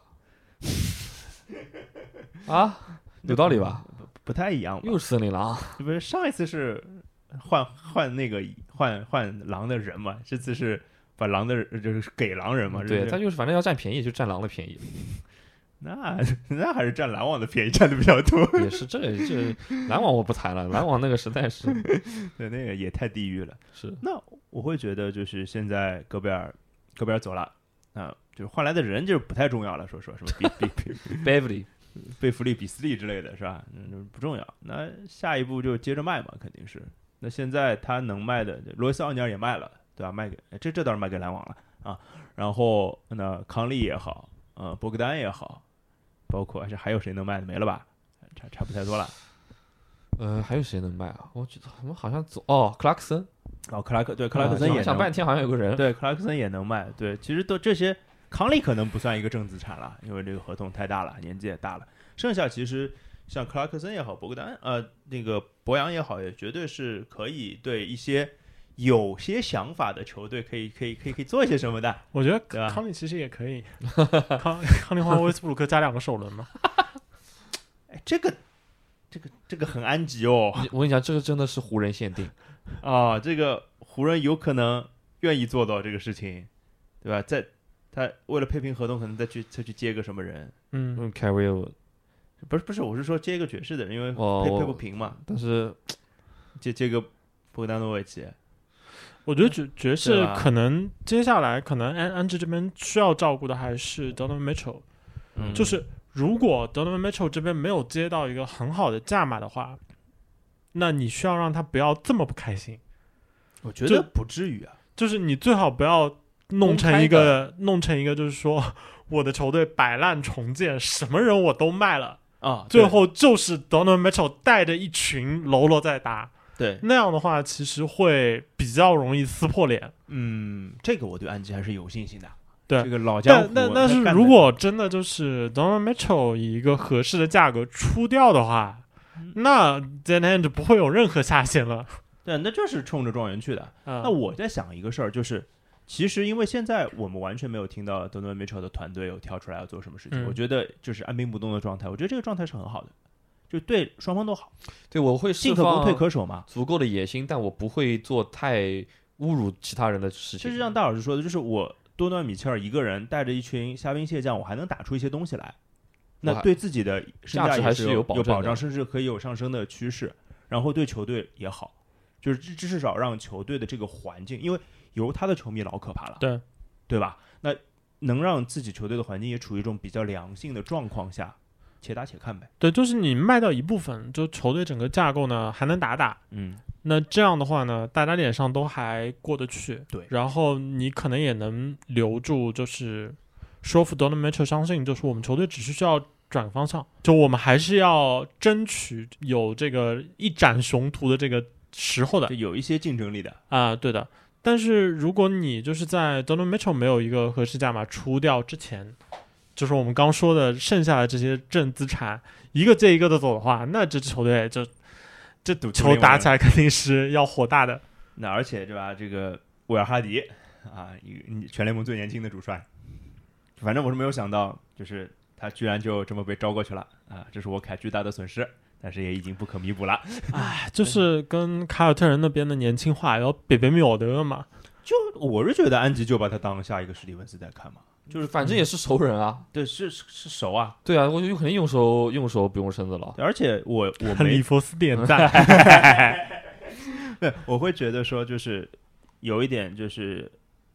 Speaker 3: 啊，有道理吧？
Speaker 1: 不太一样吧？
Speaker 3: 又是森林狼，
Speaker 1: 不是上一次是换那个换狼的人嘛？这次是把狼的就是给狼人嘛？
Speaker 3: 对，他就是反正要占便宜就占狼的便宜。
Speaker 1: 那还是占篮网的便宜占的比较多。
Speaker 3: 也是这篮网我不谈了，篮网那个实在是
Speaker 1: 对，那个也太地狱了。
Speaker 3: 是，
Speaker 1: 那我会觉得就是现在戈贝尔走了啊，就是换来的人就是不太重要了，说什么贝弗利、比斯利之类的是吧？不重要。那下一步就接着卖嘛，肯定是。那现在他能卖的，罗伊斯奥尼尔也卖了，对吧？卖给这倒是卖给篮网了啊。然后那康利也好，博格丹也好，包括还有谁能卖的没了吧？差不太多了。
Speaker 3: 还有谁能卖啊？我觉得我们好像克拉克森。
Speaker 1: 克拉克森也
Speaker 3: 想半天好像有个人。
Speaker 1: 对，克拉克森也能卖。对，其实都这些。康利可能不算一个正资产了，因为这个合同太大了，年纪也大了。剩下其实像克拉克森也好，博格丹那个博扬也好，也绝对是可以对一些有些想法的球队可以做一些什么的。
Speaker 2: 我觉得康利其实也可以，康利换威斯布鲁克加2个首轮嘛。
Speaker 1: 哎，这个很安吉哦。
Speaker 3: 我跟你讲，这个真的是湖人限定
Speaker 1: 啊，这个湖人有可能愿意做到这个事情，对吧？他为了配平合同，可能再去接个什么人
Speaker 3: ，Kyrie
Speaker 1: 不是，我是说接一个爵士的人，因为配不平嘛。
Speaker 3: 但是
Speaker 1: 接个博格丹诺维奇，
Speaker 2: 我觉得爵士可能接下来可能安吉这边需要照顾的还是 Donovan Mitchell，就是如果 Donovan Mitchell 这边没有接到一个很好的价码的话，那你需要让他不要这么不开心。
Speaker 1: 我觉得不至于啊，
Speaker 2: 就是你最好不要。弄成一个，就是说，我的球队摆烂重建，什么人我都卖了
Speaker 1: 啊，
Speaker 2: 最后就是 Donovan Mitchell 带着一群喽啰在打，
Speaker 1: 对，
Speaker 2: 那样的话其实会比较容易撕破脸。
Speaker 1: 这个我对安吉还是有信心的。
Speaker 2: 对，
Speaker 1: 这个老江湖。
Speaker 2: 但是如果真的就是 Donovan Mitchell 以一个合适的价格出掉的话，那 Zen End 不会有任何下限了。
Speaker 1: 对，那就是冲着状元去的。那我在想一个事儿，就是。其实，因为现在我们完全没有听到 Donovan Mitchell 的团队有跳出来要做什么事情，我觉得就是按兵不动的状态。我觉得这个状态是很好的，就对双方都好。
Speaker 3: 对，我会
Speaker 1: 进可攻退可守嘛，
Speaker 3: 足够的野心，但我不会做太侮辱其他人的事情。
Speaker 1: 就是像大老师说的，就是我多诺米切尔一个人带着一群虾兵蟹将，我还能打出一些东西来，那对自己的身价
Speaker 3: 还是有保
Speaker 1: 障，甚至可以有上升的趋势，然后对球队也好，就是至少让球队的这个环境，因为。由他的球迷老可怕了，对吧？那能让自己球队的环境也处于一种比较良性的状况下，且打且看呗。
Speaker 2: 对，就是你卖掉一部分，就球队整个架构呢还能打，那这样的话呢，大家脸上都还过得去，
Speaker 1: 对。
Speaker 2: 然后你可能也能留住，就是说服 Donovan Mitchell 相信，就是我们球队只是需要转方向，就我们还是要争取有这个一展雄图的这个时候的，
Speaker 1: 就有一些竞争力的
Speaker 2: 啊，对的。但是如果你就是在 Donovan Mitchell 没有一个合适价码出掉之前，就是我们刚说的剩下的这些正资产一个接一个的走的话，那这支球队这球打起来肯定是要火大的。
Speaker 1: 那而且对吧，这个威尔哈迪啊，全联盟最年轻的主帅，反正我是没有想到，就是他居然就这么被招过去了啊，这是我凯巨大的损失。但是也已经不可弥补了，
Speaker 2: 就是跟凯尔特人那边的年轻化要别秒的嘛。
Speaker 1: 就我是觉得安吉就把他当下一个史蒂文斯在看嘛，
Speaker 3: 就是反正也是熟人啊，
Speaker 1: 对，是熟啊，
Speaker 3: 对啊，我就肯定用手不用身子了。
Speaker 1: 而且我没
Speaker 2: 里弗斯点赞，
Speaker 1: 对，我会觉得说就是有一点就是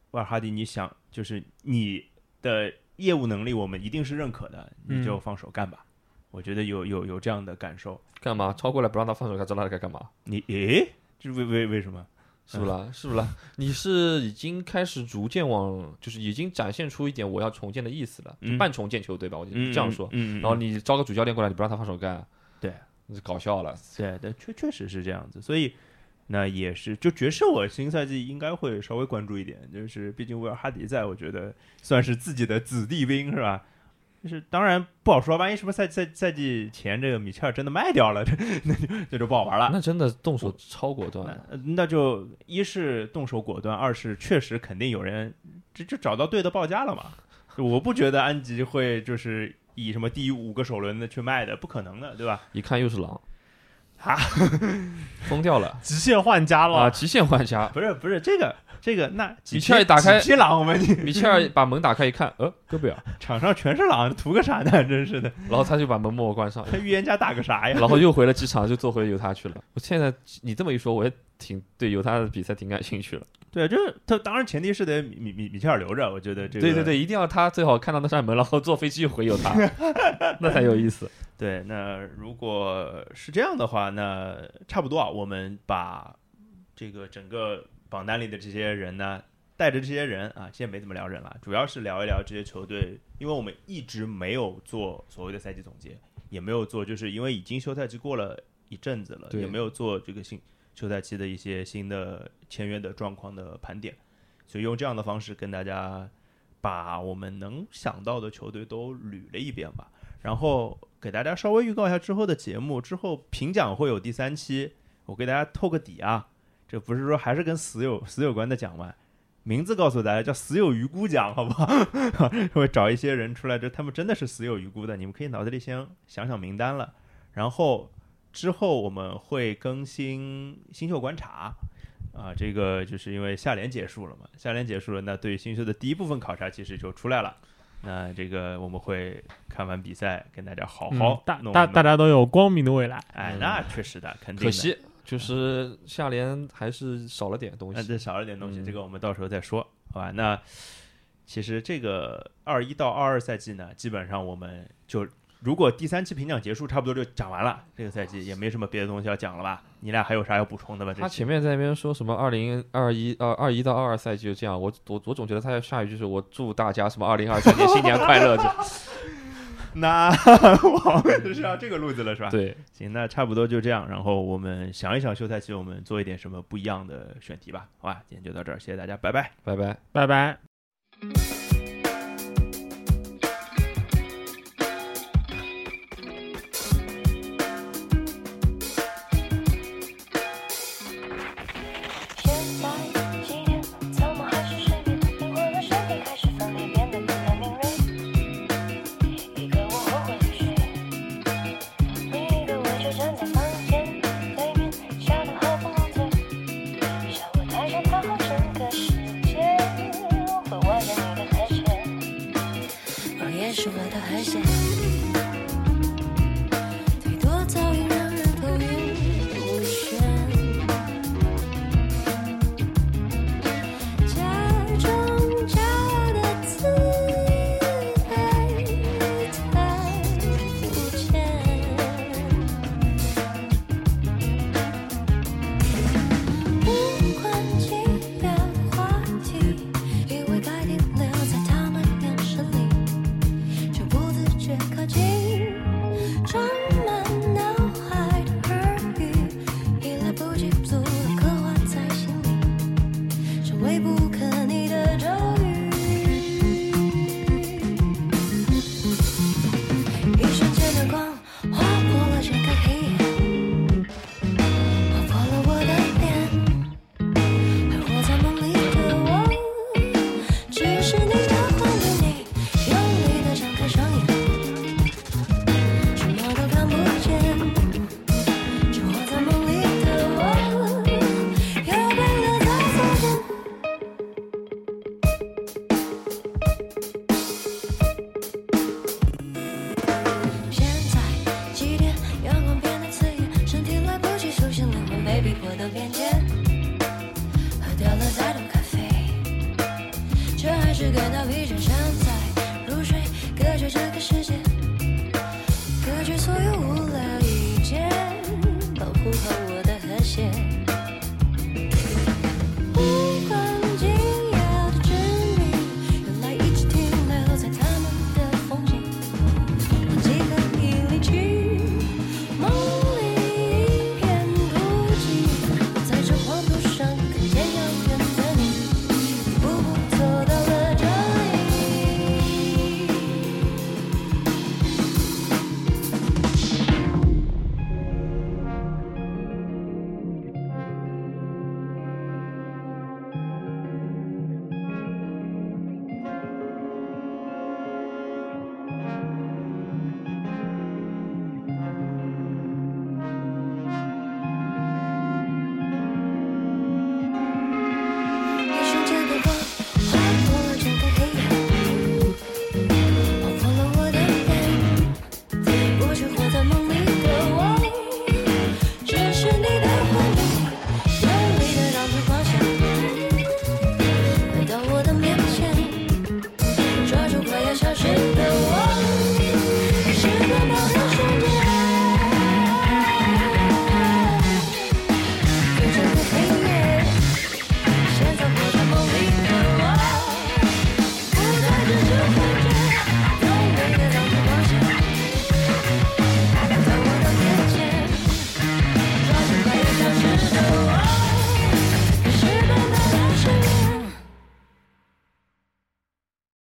Speaker 1: 瓦尔哈迪，你想就是你的业务能力我们一定是认可的，你就放手干吧。我觉得有这样的感受。
Speaker 3: 干嘛超过来不让他放手，他知道他该干嘛？
Speaker 1: 你这为什么？
Speaker 3: 是不啦？是不啦？你是已经开始逐渐往，就是已经展现出一点我要重建的意思了，就半重建球队吧，我就这样说。然后你招个主教练过来，你不让他放手干，
Speaker 1: 对，
Speaker 3: 那是搞笑了。
Speaker 1: 对，确实是这样子。所以那也是，就爵士我新赛季应该会稍微关注一点，就是毕竟威尔哈迪在，我觉得算是自己的子弟兵，是吧？就是当然不好说，万一什么赛季前这个米切尔真的卖掉了，这就不好玩了。
Speaker 3: 那真的动手超果断，
Speaker 1: 那就一是动手果断，二是确实肯定有人就找到对的报价了嘛。我不觉得安吉会就是以什么第5个首轮的去卖的，不可能的，对吧？
Speaker 3: 一看又是狼
Speaker 1: 啊，
Speaker 3: 疯掉了，
Speaker 2: 极限换家了
Speaker 3: 啊！极限换家，
Speaker 1: 不是这个那
Speaker 3: 米切尔打开
Speaker 1: 几匹狼，我们
Speaker 3: 米切尔把门打开一看，哥不要，
Speaker 1: 场上全是狼，图个啥呢？真是的。
Speaker 3: 然后他就把门默默关上，
Speaker 1: 他预言家打个啥呀？
Speaker 3: 然后又回了机场，就坐回犹他去了。我现在你这么一说，我也挺对犹他的比赛挺感兴趣了。
Speaker 1: 对，就是他当然前提是得米切尔留着，我觉得这个
Speaker 3: 对，一定要他最好看到那扇门，然后坐飞机又回犹他，那才有意思。
Speaker 1: 对，那如果是这样的话，那差不多啊，我们把这个整个榜单里的这些人呢，带着这些人啊，现在没怎么聊人了，主要是聊一聊这些球队，因为我们一直没有做所谓的赛季总结，也没有做，就是因为已经休赛期过了一阵子了，也没有做这个休赛期的一些新的签约的状况的盘点，所以用这样的方式跟大家把我们能想到的球队都捋了一遍吧。然后给大家稍微预告一下之后的节目，之后评奖会有第3期，我给大家透个底啊，这不是说还是跟死有关的奖嘛，名字告诉大家叫死有余辜奖，好不好？会找一些人出来，这他们真的是死有余辜的，你们可以脑子里先想想名单了。然后之后我们会更新新秀观察啊，这个就是因为夏联结束了嘛，那对于新秀的第一部分考察其实就出来了。那这个我们会看完比赛跟大家好好
Speaker 2: 大家都有光明的未来。
Speaker 1: 哎，那确实的，肯定的。
Speaker 3: 可惜就是夏联还是少了点东西，
Speaker 1: 这少了点东西，这个我们到时候再说，好吧？那其实这个21到22赛季呢，基本上我们就如果第3期评奖结束，差不多就讲完了。这个赛季也没什么别的东西要讲了吧？你俩还有啥要补充的吗？
Speaker 3: 他前面在那边说什么2021到22赛季就这样，我总觉得他下一句是我祝大家什么2023年新年快乐。
Speaker 1: 那我们就是要这个路子了，是吧？
Speaker 3: 对，
Speaker 1: 行，那差不多就这样。然后我们想一想休赛期我们做一点什么不一样的选题吧，好吧？今天就到这儿，谢谢大家，拜拜，
Speaker 3: 拜拜，
Speaker 2: 拜拜。
Speaker 5: 是我的和弦。